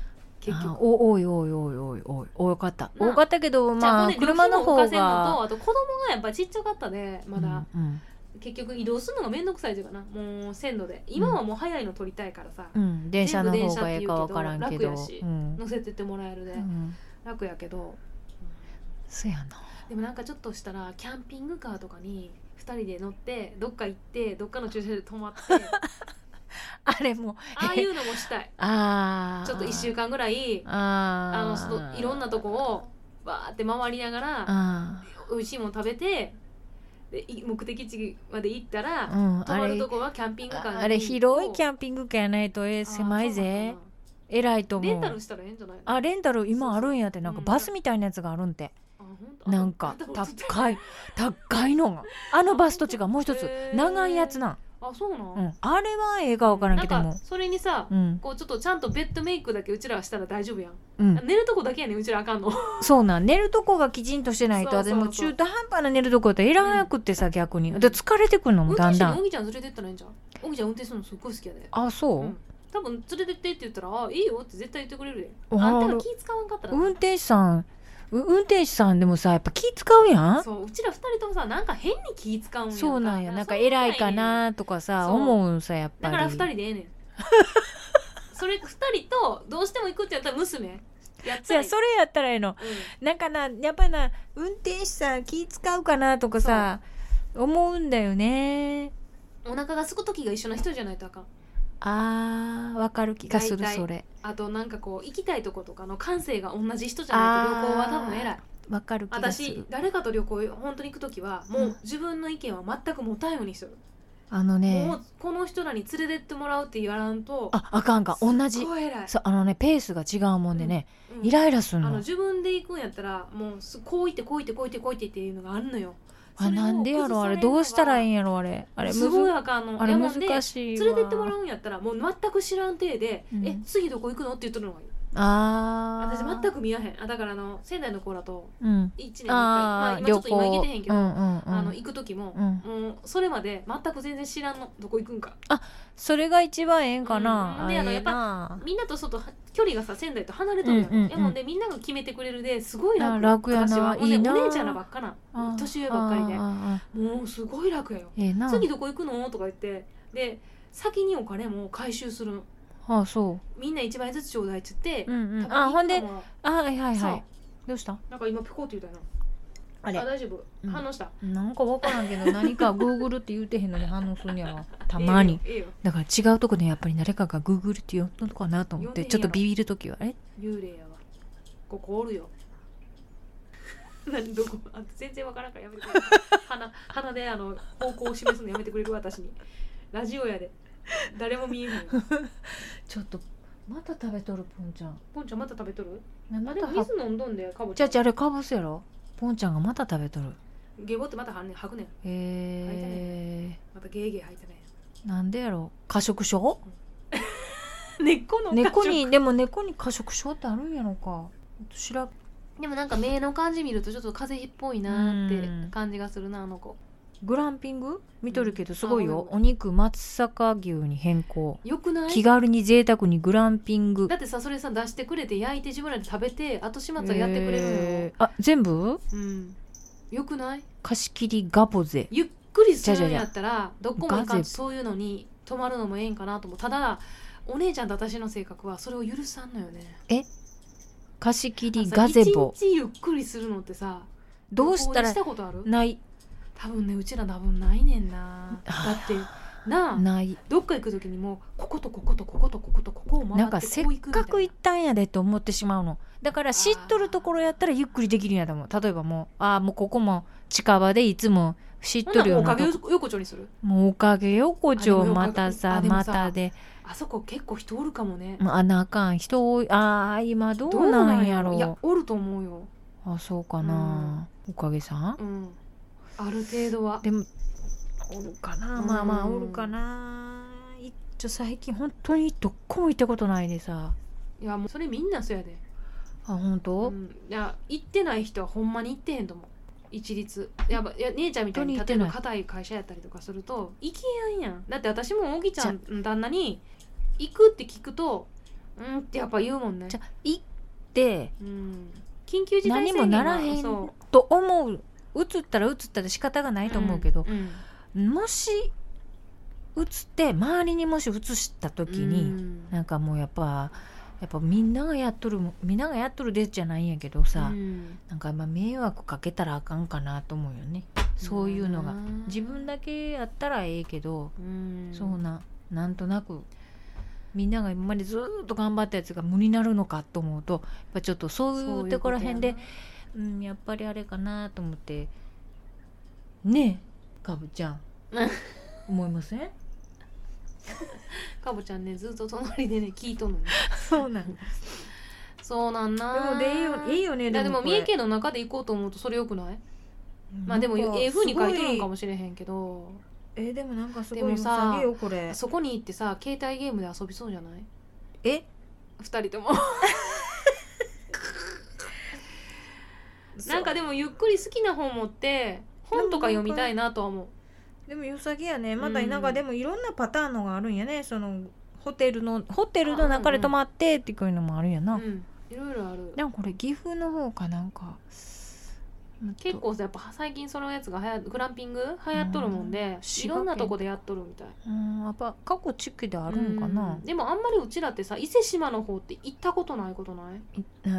あ結局お多い多い多い多い多い多かったな多かったけどじゃあほんでまあ車の方旅費も浮かせんのとがあと子供がやっぱちっちゃかったでまだ、 うんうん結局移動するのがめんどくさいというかなもう線路で今はもう早いの撮りたいからさ、 うん、電車の方がええか分からんけど楽やしうん乗せてってもらえるで、 うん、 楽やけど、 そやなでもなんかちょっとしたらキャンピングカーとかにふたりで乗ってどっか行ってどっかの駐車場で泊まってあれもああいうのもしたいあちょっといっしゅうかんぐらいああのそのいろんなとこをバーって回りながらあ美味しいもの食べてでい目的地まで行ったら、 うん、 泊まるとこはキャンピングカーにあれ広いキンャンピングカーやないとえ狭いぜ偉いと思うレンタルしたらええんじゃないのあレンタル今あるんやってなんかうんバスみたいなやつがあるんて、 あほんとなんかあ高い高いのがあのバスと違うもう一つへー長いやつなん、 あそうなん、 うん、あれはええか分からんけどもなんかそれにさ、 うんこうちょっとちゃんとベッドメイクだけうちらはしたら大丈夫やん、 うん、 寝るとこだけやねんうちらあかんのそうなん寝るとこがきちんとしてないとそうそうそう私も中途半端な寝るとこっていらなくってさ、逆にで疲れてくるの運もだんだん転手におぎちゃん連れてったらいいんじゃんおぎちゃん運転するのすっごい好きやであそう、 うん多分連れてってって言ったらあいいよって絶対言ってくれるでああんたが気使わんかったら運転手さんう運転手さんでもさやっぱ気使うやんそううちら二人ともさなんか変に気使うんやんかそうなんやなんかそんな偉いかなとかさそう思うんさやっぱりだから二人でええねんそれ二人とどうしても行くってやったら娘やったらいいそやそれやったらええのうなんかなやっぱりな運転手さん気使うかなとかさ思うんだよねんお腹が空く時が一緒な人じゃないとあかんあーわかる気がする大体それあとなんかこう行きたいとことかの感性が同じ人じゃないと旅行は多分偉いわかる気がす私る誰かと旅行本当に行く時はもう自分の意見は全く持たんようにする、 あのねもうこの人らに連れてってもらうって言わらんとああかんか同じすっごい偉いそうあのねペースが違うもんでね、 うんイライラすんあのの自分で行くんやったらもうすこう行ってこう行ってこう行ってこう行ってっていうのがあるのよあなんでやろあれどうしたらいいんやろあれあれすごいむあかんのずあれやもんで難しいわ連れてってもらうんやったらもう全く知らん体で、 うんえ次どこ行くのって言っとるのがいいあー私全く見やへんあだからあの仙台の子らとうんいちねんにいっかいまあ、今ちょ旅っと今行け行てへんけど、 うんうんうんあの行く時も、 うんもうそれまで全く全然知らんのどこ行くんかそれが一番ええんかな、 うんであのええなみんなと外距離がさ仙台と離れとるやん、 うんうんうんやもんでみんなが決めてくれるですごい楽あ楽やな私はほんでいいなお姉ちゃんらばっかなあ年上ばっかりであああもうすごい楽やよええな次どこ行くのとか言ってで先にお金も回収するのあそみんないちまいずつちょうだいっつって、 ううんうん多分あほんでいくかもあはいはいそうはいどうしたなんか今ピコって言うたよなあれあ大丈夫、 うん反応したなんかわからんけど何か Google って言うてへんのに反応するんやろたまにええよええよだから違うとこでやっぱり誰かが Google って言うのかなと思っ呼んでへんやろてちょっとビビるときはえ幽霊やわここおるよ何どこあ全然わからんからやめてくれ鼻鼻であの方向を示すのやめてくれる私にラジオやで誰も見えへんよちょっとまた食べとるポンちゃんポンちゃんまた食べとるあでまたはも水飲んどんでかぼちゃんじゃあじゃああれかぶすやろポンちゃんがまた食べとるゲボってまたはんねん吐くねんえまたゲーゲー吐いてねー、なんでやろ過食症根っこの猫にでも猫に過食症ってあるんやろか調べでもなんか目の感じ見るとちょっと風邪っぽいなーって感じがするなあの子グランピング見とるけどすごいよ、 うんあごめんごめお肉松阪牛に変更よくない気軽に贅沢にグランピングだってさそれさ出してくれて焼いて自分らで食べて後始末はやってくれるのよ、 えーあ全部うんよくない貸し切りガボゼゆっくりするんじゃじゃじゃやったらどこも行かんとそういうのに泊まるのもええんかなと思うただお姉ちゃんと私の性格はそれを許さんのよね貸し切りガゼボ一日ゆっくりするのってさどうしたら旅行でしたことあるない多分ねうちら多分ないねんなだってなあないどっか行く時にもうこことこことこことこことここを回ってなんかせっこう行くみたいなかく行ったんやでと思ってしまうのだから知っとるところやったらゆっくりできるんやと思う例えばもうあーもうここも近場でいつも知っとるようなとこほんならもうおかげ横丁にするもうおかげ横丁あでもまたさあでもさまたであそこ結構人おるかもねもうあなあかん人多いあー今どうなんやろいやおると思うよあそうかな、おかげさんうんある程度はでもおるかな、 うんまあまあおるかないっちょ最近本当にどっこも行ったことないでさいやもうそれみんなそうやで、 あ本当、 うん、いや行ってない人はほんまに行ってへんと思う一律やっぱいや姉ちゃんみたいに例え本当に行ってないば硬い会社やったりとかすると行けやんやんだって私もおぎちゃん旦那に行くって聞くとうんってやっぱ言うもんね。 じゃ行って、 うん、緊急事態何もならへんと思う。移ったら移ったで仕方がないと思うけど、うんうん、もし移って周りにもし移した時に、うん、なんかもうやっぱやっぱみんながやっとるみんながやっとるでじゃないんやけどさ、うん、なんかまあ迷惑かけたらあかんかなと思うよね。そういうのが自分だけやったらええけど、うん、そうななんとなくみんなが今までずっと頑張ったやつが無になるのかと思うと、やっぱちょっとそういうところへんでうん、やっぱりあれかなと思ってねえかぶちゃん思いません？ かぶちゃんねずっと隣でね聞いとんのね。 そうなんそうなんな。 でもでいいよ、いいよね。 でもでも三重県の中で行こうと思うとそれよくない？まあでもええ風に書いてるんかもしれへんけど、 えー、でもなんかすごいさよこれ。 そこに行ってさ携帯ゲームで遊びそうじゃない？ え二人ともなんかでもゆっくり好きな本持って本とか読みたいなとは思う。 でも良さげやね。またなんかでもいろんなパターンのがあるんやね。そのホテルのホテルの中で泊まってっていうのもあるんやな。 うん、いろいろある。 でもこれ岐阜の方かなんか結構さやっぱ最近そのやつがはやグランピング流行っとるもんで、いろんなとこでやっとるみたい。 うんやっぱ過去地区であるんかな。 でもあんまりうちらってさ伊勢志摩の方って行ったことないことない？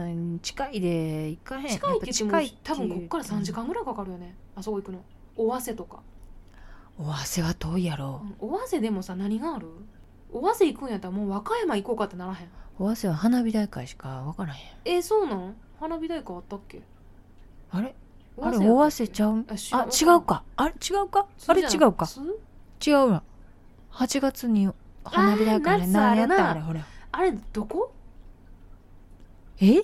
い近いで行かへん。 近いって言っても多分こっからさんじかんぐらいかかるよね、うん、あそこ行くの。尾鷲とか。 尾鷲は遠いやろ。 尾鷲でもさ何がある？尾鷲行くんやったらもう和歌山行こうかってならへん？ 尾鷲は花火大会しか分からへん。 えー、そうなん？花火大会あったっけ？ あれあれ尾鷲ちゃう？あ違うか。あれ違うか。あれ違うか。違うな。はちがつに花火大会で何やったあれほら。 あれどこ？ え？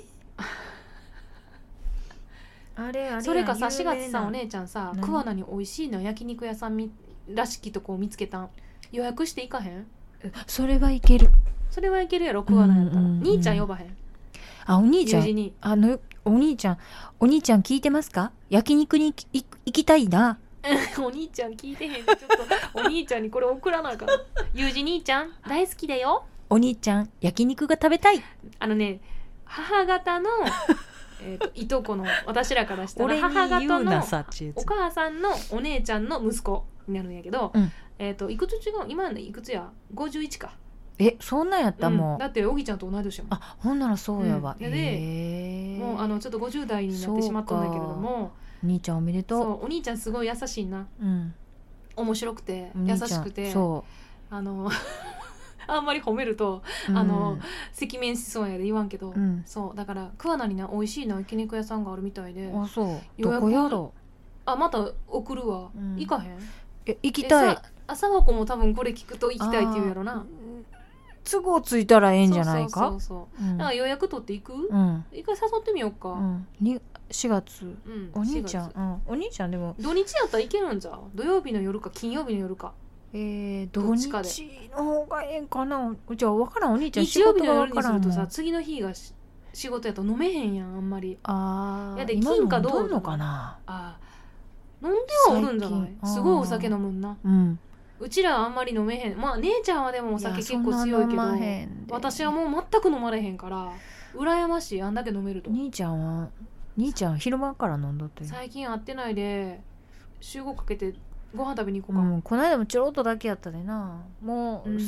あれあれそれかさしがつさんお姉ちゃんさ桑名に美味しいの焼肉屋さんみらしきとこを見つけたん。予約していかへん？ それはいける。 それはいけるやろ桑名やったら、うんうんうん、兄ちゃん呼ばへん？ あお兄ちゃんあのお兄ちゃんお兄ちゃん聞いてますか？焼肉に行きたいな。 お兄ちゃん聞いてへんでちょっとお兄ちゃんにこれ送らなあかん。ゆうじ兄ちゃん大好きだよ。 お兄ちゃん焼肉が食べたい。 あのね母方のえといとこの私らからしたら母方のお母さんのお姉ちゃんの息子になるんやけど、うん、えー、といくつ違う？今のいくつや？ごじゅういちか。 えそんなんやった、うん、もうだっておぎちゃんと同い年やもん。 あほんならそうやわ、 うん、でもうあのちょっとごじゅう代になってしまったんだけれども、 お兄ちゃんおめでとう。 そうお兄ちゃんすごい優しいな、うん、面白くて優しくてそうあのあんまり褒めると、うん、あの赤面しそうやで言わんけど、うん、そうだから桑名にな美味しいな焼肉屋さんがあるみたいで。 あそうどこやろ？ あまた送るわ、うん、行かへん？ え行きたい。 朝和子も多分これ聞くと行きたいって言うやろな。 都合ついたらええんじゃないか。 そうそうそう、うん、だから予約取っていく、うん、一回誘ってみようか、うん、 にしがつ、うん、お兄ちゃん、うん、お兄ちゃんでも土日やったらいけるんじゃ土曜日の夜か金曜日の夜か。 えー、土日の方がええんかな。じゃあ分からんお兄ちゃん日曜日の夜にするとさ次の日が仕事やと飲めへんやんあんまり。 あやで金かどう飲んのかな。 あ飲んではおるんじゃない？すごいお酒飲むんな。うんうちらはあんまり飲めへん。まあ姉ちゃんはでもお酒結構強いけど私はもう全く飲まれへんから羨ましい。あんだけ飲めると。 兄ちゃんは兄ちゃん昼間から飲んどって最近会ってないで集合かけてご飯食べに行こうか、 うん、この間もちょろっとだけやったでな。もう、うん、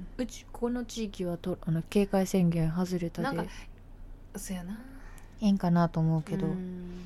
うちこの地域はとあの警戒宣言外れたでなんかそうやなええんかなと思うけど、うん、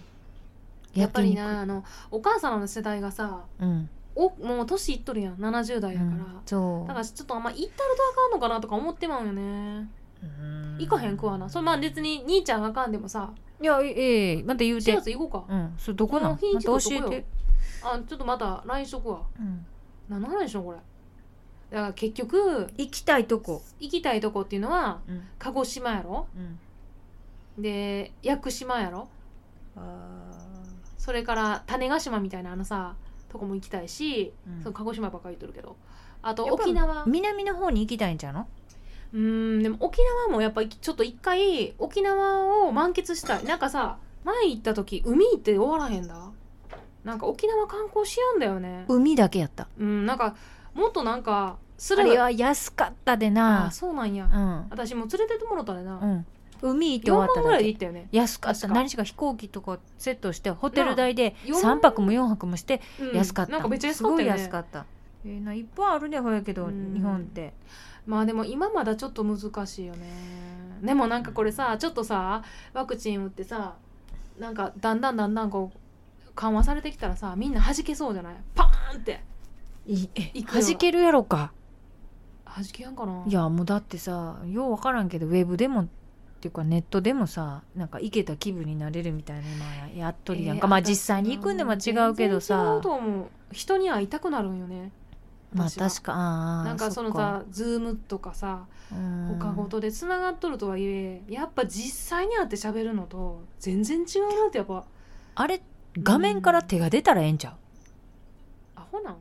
やっぱりなあのお母さんの世代がさ、うんおもう年いっとるやんななじゅう代やから、うん、そうだからちょっとあんま行ったらとあかんのかなとか思ってまうよね。うん行かへんくわな。それまあ別に兄ちゃんがあかんでもさいやええまた言うてしがつ行こうか。 うんそれどこなん？ 日にちょっと教えて。あちょっとまた ライン しとくわ、うん、何の話しようこれ。だから結局行きたいとこ行きたいとこっていうのは、うん、鹿児島やろ、うん、で屋久島やろあそれから種子島みたいなあのさとこも行きたいし、うん、その鹿児島ばっかり言っとるけどあと沖縄南の方に行きたいんじゃの？ うーんでも沖縄もやっぱりちょっと一回沖縄を満喫したい。なんかさ前行った時海行って終わらへんだ。なんか沖縄観光しやんだよね。 海だけやった。 うんなんかもっとなんかするあれは安かったでな。 あそうなんや、 うん、 私も連れてってもらったでな、 うん、海行って終よんわったまんぐらいでだけ行ったよね、 安かった。 確か何しか飛行機とかセットしてホテル代でなあさんぱくもよんはくもしてうん安かった、 なんかめっちゃ安かったよね。 すごい安かった。えー、ないっぱいあるねほやけど、 うん日本ってまあでも今まだちょっと難しいよね。でもなんかこれさちょっとさワクチン打ってさなんかだんだんだんだんこう緩和されてきたらさみんな弾けそうじゃない？パーンっていえいくよ弾けるやろか。 弾けやんかな。 いやもうだってさよう分からんけどウェブでもっていうかネットでもさなんか行けた気分になれるみたいな今ややっとりやんか、 えーまあ実際に行くんでも違うけど全然さ違うと思う。人に会いたくなるんよね。 まあ私は確かあーなんかそのさズームとかさうん他事でつながっとるとはいえやっぱ実際に会って喋るのと全然違うなってやっぱあれ画面から手が出たらええんちゃう、 アホなんい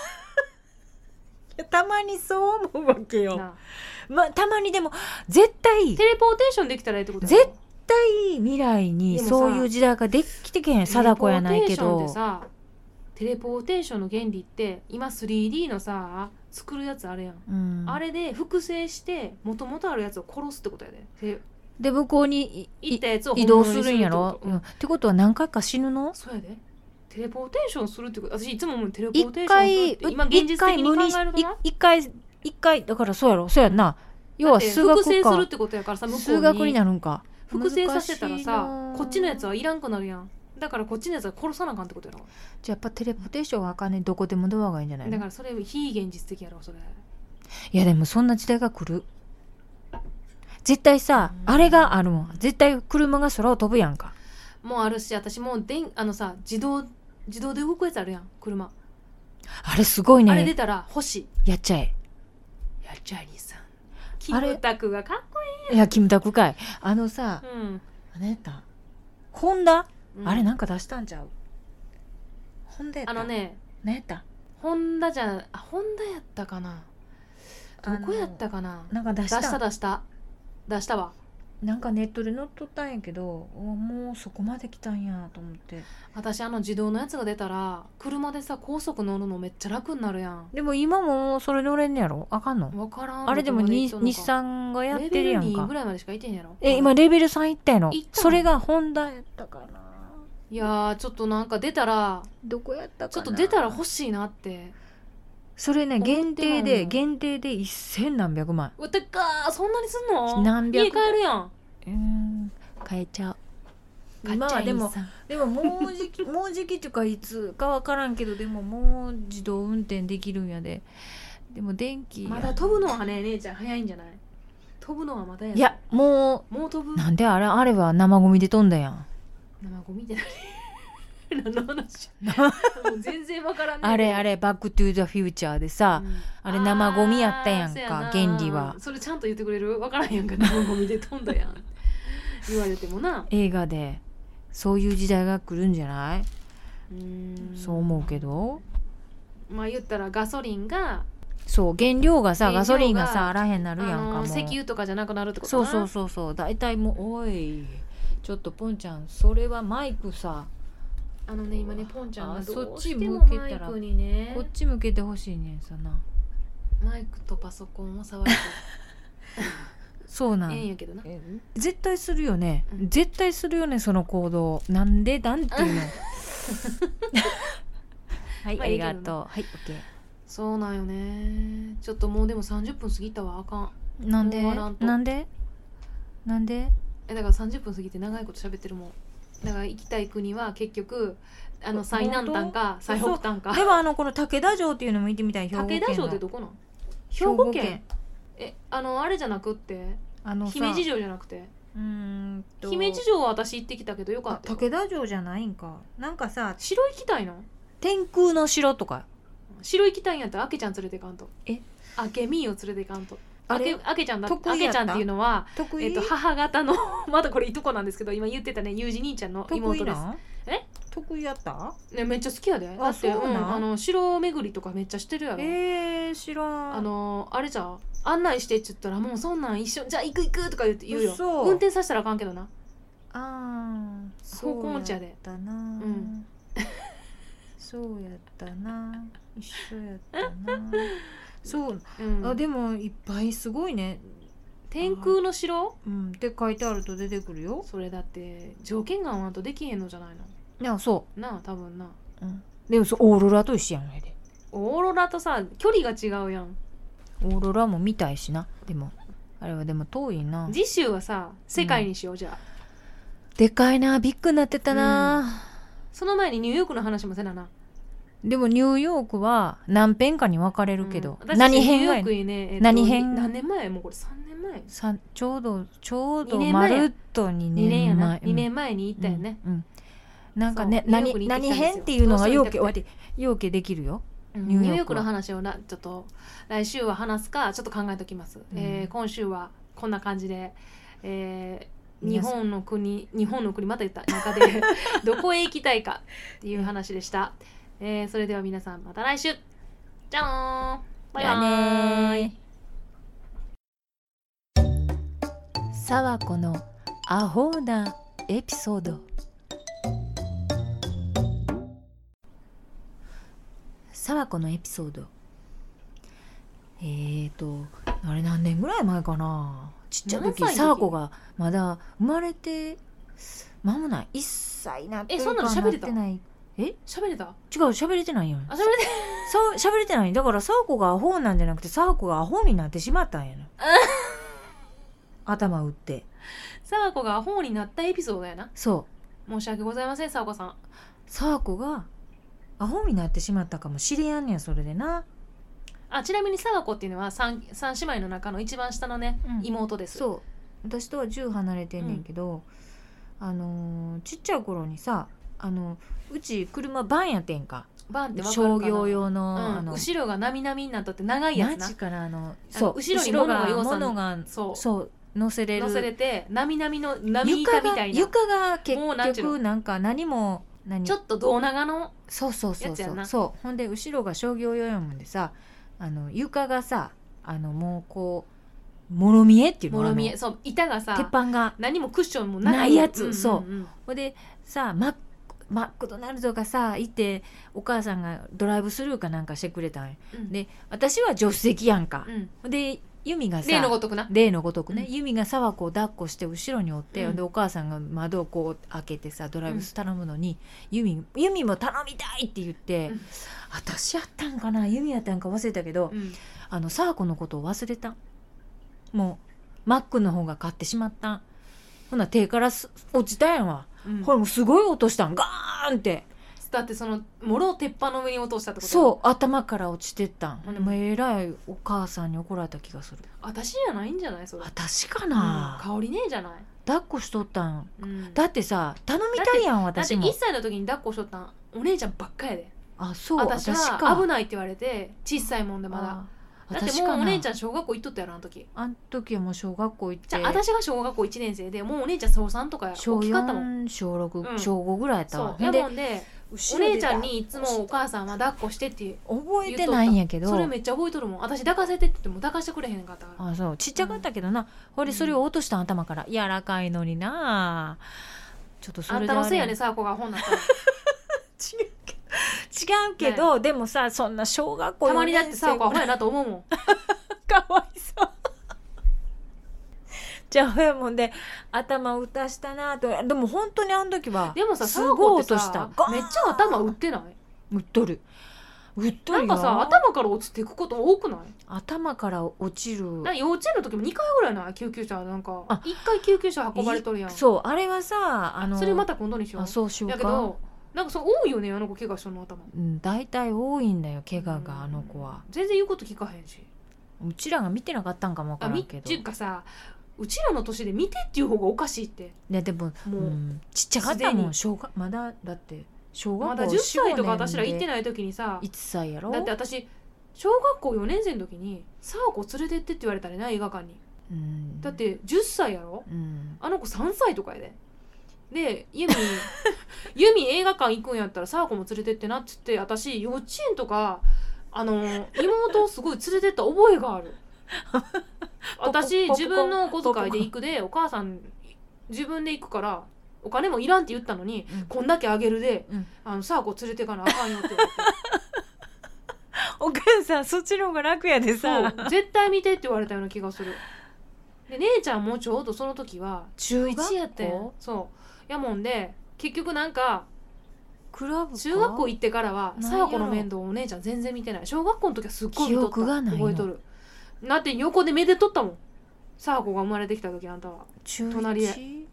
やたまにそう思うわけよ。 なまあたまにでも絶対テレポーテーションできたらいいってことやろ。 絶対未来にでもさそういう時代ができてけへん貞子やないけど。 テレポーテーションの原理って今 スリーディー のさ作るやつあるやん、 うん、 あれで複製してもともとあるやつを殺すってことやで。でで向こうに行ったやつを移動するんやろ、 本物にするってこと、うんうんってことは何回か死ぬの。 そうやで。テレポーテーションするってこと私いつも思うテレポー一テーションする回って今現実的に考えるとな一回一回だからそうやろそうやんな、要はだって数学複製するっかてことやからさ向こうに数学になるんか。 複製させたらさ難しいなこっちのやつはいらんくなるやん。だからこっちのやつは殺さなあかんってことやろ。 じゃあやっぱテレポーテーションはあかんね。どこでもドアがいいんじゃないの。 だからそれ非現実的やろそれ。 いやでもそんな時代が来る。絶対さ、 うんあれがあるもん。絶対車が空を飛ぶやんか。 もうあるし私もう電あのさ自動自動で動くやつあるやん車、 あれすごいね。 あれ出たら欲しい。 やっちゃえ。 やっちゃいにさんキあれムタクがかっこいやキムタクかい。あのさいい。うん何やったホンダ、 うんあれなんか出したんちゃう。ホンダやったあのね何やったホンダじゃあホンダやったかなどこやったかな。 なんか出した出した出した出したわ。 なんかネットで載っとったんやけどもうそこまで来たんやと思って。 私あの自動のやつが出たら車でさ高速乗るのめっちゃ楽になるやん。 でも今もそれ乗れんねやろ。あかんの。 分からん。 あれでもにどこまで行っとんのか日産がやってるやんレベルにかぐ。らいまでしかいてんやろ。 え今レベルさんいったやろ。 行ったのそれがホンダやったかな。 いやーちょっとなんか出たらどこやったかな。 ちょっと出たら欲しいなって。 それね思って限定でないの限定で一千何百万。 うわてっかーそんなにすんの。 何百家帰るやん。 うーん変えちゃう。今はでもでももうじきもうじきっていうかいつかわからんけどでももう自動運転できるんやで。でも電気まだ飛ぶのはね姉ちゃん早いんじゃない。飛ぶのはまだや。 いやももう飛ぶ。 うなんであれあれは生ゴミで飛んだやん。 生ゴミって何何の話もう全然わからんねあれあれバックトゥーザフューチャーでさ、 うんあれ生ゴミやったやんあーそうかな原理は。 それちゃんと言ってくれる。わからんやんか生ゴミで飛んだやん言われてもな。 映画でそういう時代が来るんじゃない。 うーんそう思うけど。 まあ言ったらガソリンがそう原料がさ原料がガソリンがさあらへんなるやんかあのもう。 石油とかじゃなくなるってことな。 そうそうそうそう大体もうおいちょっとポンちゃんそれはマイクさあのね今ねポンちゃんがあどそっちうしても向けたらマイクにねこっち向けてほしいねんさな。 マイクとパソコンを触るそうなんとええんやけどな。 え絶対するよね、 うん絶対するよねその行動。なんでなんていうのはい、 まあありがいいけどとう。はい、オッケそうなんよね。ちょっともうでもさんじゅっぷん過ぎたわ。あかん。 ー。なんでもう終わらんとなんでなんでえだからさんじゅっぷん過ぎて長いこと喋ってるもん。だから行きたい国は結局あの最南端か最北端か。 でもあのこの武田城っていうのも行ってみたい。兵庫県の武田城ってどこなん？兵兵庫県庫県。 えあのあれじゃなくってあのさ姫路城じゃなくてうーんと姫路城は私行ってきたけどよかあったよ。 武田城じゃないんか。なんかさ城行きたいの？ 天空の城とか城行きたいんやったらあけちゃん連れていかんと。 えあけみーを連れていかんと。 あれあけあけちゃんだ。あ得意やったけちゃんっていうのは得意、 えっと母方のまだこれいとこなんですけど今言ってたねゆうじ兄ちゃんの得妹です。 意なんえ得意やったねめっちゃ好きやで。だってそうなんんあの城巡りとかめっちゃしてるやろ。 えー、知らん。 あのあれじゃん案内してって言ったらもうそんなん一緒じゃあ行く行くとか言って言うよ。 嘘運転させたらあかんけどな。 あー方向持ちやでそうやったな、 んそうやったな一緒やったなそう、 うん、 あでもいっぱいすごいね。 天空の城、 うん、って書いてあると出てくるよ。 それだって条件が合わんとできへんのじゃないの。 いやそなあ多分な、 う、うん、でもそオーロラと一緒やんで。 オーロラとさ距離が違うやん。 オーロラも見たいしな。でもあれはでも遠いな。 次週はさ世界にしよう、うん、じゃあでかいな、ビッグになってたな、うん、 その前にニューヨークの話もせなな。 でもニューヨークは何編かに分かれるけど、 うん、 何編が、 ねえっと、 何編何年前もうこれさんねんまえさちょうどちょうどまるっとにねんまえ、 にねんやな、にねんまえに行ったよね、 うんうん、なんかね何何編っていうのがようけようけできるよ、 うん、ニューヨークの話をなちょっと来週は話すかちょっと考えときます、うん、えー、今週はこんな感じで、えー、日本の国日本の国また言った中でどこへ行きたいかっていう話でした、えー、それでは皆さんまた来週、じゃあのーバイバーイ。 さわこのアホなエピソード。さわこのエピソード、えーとあれ何年ぐらい前かな。ちっちゃい時さわこがまだ生まれて間もないいっさいなってるかなってない。え喋れた？ 違う、喋れてないよ。 あ、喋れてそう喋れてない。だからさわこがアホなんじゃなくてさわこがアホになってしまったんやな頭打ってさわこがアホになったエピソードやな。 そう、申し訳ございませんさわこさん。 さわこがアホになってしまったかもしれやんねん、それでな。 あ、ちなみにさわこっていうのは 3, 三姉妹の中の一番下のね、うん、妹です。 そう、私とはじゅう離れてんねんけど、うん、あのー、ちっちゃい頃にさ、あのうち車バンやってんか。 バンって分かるかな。 商業用の、うん、 あの後ろがなみなみになっとって長いやつな。 何からあのそう後ろに物が物がそうそう乗せれる乗せれてなみなみの波板みたいな床が結局なんか何も何ちょっと胴長のそうそうそうそうそうほんで後ろが商業用やもんでさ、あの床がさあのもうこうもろみえっていうのもろみえ、そう板がさ鉄板が何もクッションもないやつ、うんうんうん、そうほんでさマッマクドナルドがさ行ってお母さんがドライブスルーかなんかしてくれたんや、うん、で私は助手席やんか、うん、でユミがさ例のごとくな例のごとくね、うん、ユミがさわこを抱っこして後ろにおって、うん、でお母さんが窓をこう開けてさドライブス頼むのに、うん、ユミユミも頼みたいって言って、うん、私やったんかなユミやったんか忘れたけど、うん、あのさわこのことを忘れた。もうマックの方が買ってしまった。ほな手から落ちたやんわ、うん、これもすごい音したんガーンって。 だってそのもろ鉄板の上に落としたってこと。 そう頭から落ちてったん、うん、でもえらいお母さんに怒られた気がする。 私じゃないんじゃないそれ。 私かな、 うん、香りねえじゃない。 抱っこしとったん、うん、だってさ頼みたいやん私も。 だっていっさいの時に抱っこしとったんお姉ちゃんばっかやで。 あそう私は危ないって言われて小さいもんでまだ。だってもうお姉ちゃん小学校行っとったやろあの時。 あの時はもう小学校行って。 じゃあ私が小学校いちねん生でもうお姉ちゃん小さんとかや小よん小ろく、うん、小ごぐらいやったわ。 そうやもんでお姉ちゃんにいつもお母さんは抱っこしてって覚えてないんやけどそれめっちゃ覚えとるもん。私抱かせてって言っても抱かしてくれへんかったから。 あそうちっちゃかったけどな、うん、ほれそれを落とした頭から柔らかいのにな。ちょっとそれであんたのせいやねさあこが本だったら違う違うけど、ね、でもさそんな小学校たまにだってさあこはほやなと思うもんかわいそうじゃあほやもんで頭打たしたなと。でも本当にあの時はでもさすごい音しためっちゃ頭打ってない？ 打っとる打っとるよ。 なんかさ頭から落ちていくこと多くない？ 頭から落ちる。 なんか幼稚園の時もにかいぐらいない救急車なんかいっかい救急車運ばれとるやん。 そうあれはさあのそれまた今度にしよう。 あそうしようか。 だけどなんかそう多いよねあの子怪我したの頭。 うん大体多いんだよ怪我があの子は。 全然言うこと聞かへんし。 うちらが見てなかったんかもわからんけど。 っていうかさうちらの年で見てっていう方がおかしいって。 いやでももう、うん、ちっちゃかったもん小学まだだって小学校まだじゅっさいとか私ら行ってない時にさいつさいやろ。 だって私小学校よねん生の時にさあ子連れてってって言われたらな映画館に、うん、だってじゅっさいやろ、うん、あの子さんさいとかやで。でユミユミ映画館行くんやったらさあ子も連れてってなっつって私幼稚園とかあの妹をすごい連れてった覚えがある私自分の小遣いで行くでお母さん自分で行くからお金もいらんって言ったのに、うん、こんだけあげるで、うん、あのさあ子連れてかなあかんよって言われておお母さんそっちの方が楽やでそさう絶対見てって言われたような気がする。で姉ちゃんもちょうどその時は中いちやってん。そうやもんで結局なんかクラブか中学校行ってからはなんやろさや子の面倒をお姉ちゃん全然見てない。小学校の時はすっごい見とった。 記憶がないの覚えとる。だって横でめでとったもん。さや子が生まれてきた時あんたは中一隣へかわいい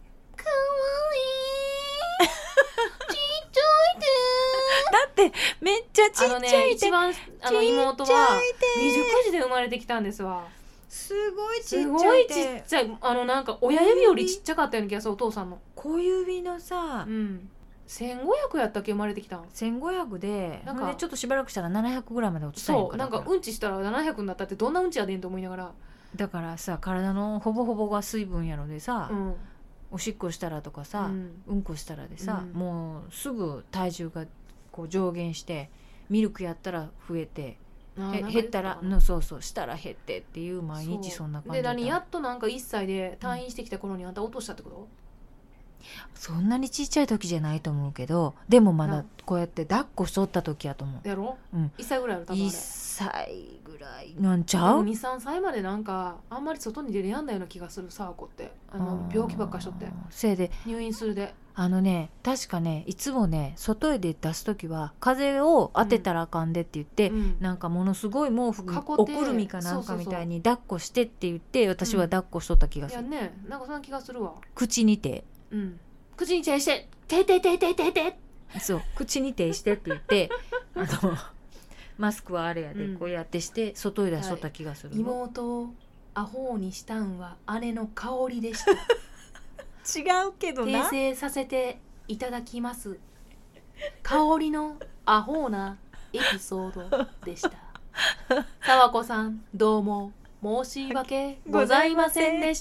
だってめっちゃちっちゃいあのね一番あの妹はちっちゃい未熟児で生まれてきたんですわ。 すごいちっちゃいすごいちっちゃい。あのなんか親指よりちっちゃかったような気がするお父さんの。 小指のさうんせんごひゃくやったっけ生まれてきたん。 せんごひゃくでなんかほんでちょっとしばらくしたらななひゃくぐらいまで落ちたんやそうなんかうんちしたらななひゃくになったってどんなうんちやでんと思いながら、 だからさ体のほぼほぼが水分やのでさ、 うんおしっこしたらとかさ、 ううんんこしたらでさ、 うんもうすぐ体重がこう上限してミルクやったら増えてへあーなんか減ったらのそうそうしたら減ってっていう毎日そんな感じでだった何やっとなんかいっさいで退院してきた頃にあんた落としたってこと、 そんなにちっちゃい時じゃないと思うけどでもまだなこうやって抱っこしとった時やと思うやろ、 うんいっさいぐらいやろ多分あれいっさいぐらいなんちゃでもうにさんさいまでなんかあんまり外に出れやんだような気がするさあこってあの病気ばっかりしとってあーせいで入院するであのね確かねいつもね外へで出す時は風を当てたらあかんでって言って、 うんなんかものすごい毛布囲っておくるみかなんかそうそうそうみたいに抱っこしてって言って私は抱っこしとった気がする、 いやねなんかそんな気がするわ。 口にてうん口に手して手手手手手手そう口に手してって言ってあのマスクはあれやで、 うんこうやってして外へ出しとった気がする、 妹をアホにしたんは姉の香りでした違うけど訂正させていただきます。香りのアホなエピソードでした。さわこさんどうも申し訳ございませんでした。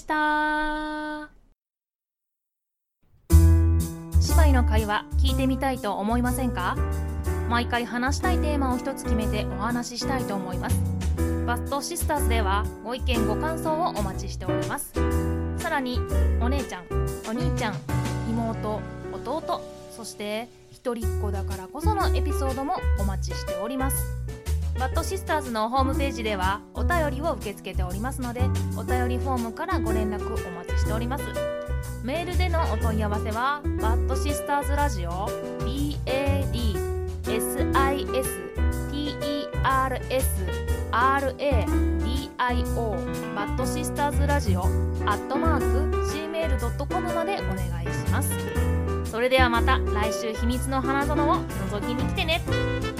姉妹の会話聞いてみたいと思いませんか？毎回話したいテーマを一つ決めてお話ししたいと思います。バストシスターズではご意見ご感想をお待ちしております。さらにお姉ちゃん、お兄ちゃん、妹、弟、そして一人っ子だからこそのエピソードもお待ちしております。バッドシスターズのホームページではお便りを受け付けておりますので、お便りフォームからご連絡お待ちしております。メールでのお問い合わせはバッドシスターズラジオ ビーエーディーエスアイエスティーイーアールエスアールエーディーアイオー バッドシスターズラジオアットマーク ジーメールドットコム までお願いします。それではまた来週秘密の花園を覗きに来てね。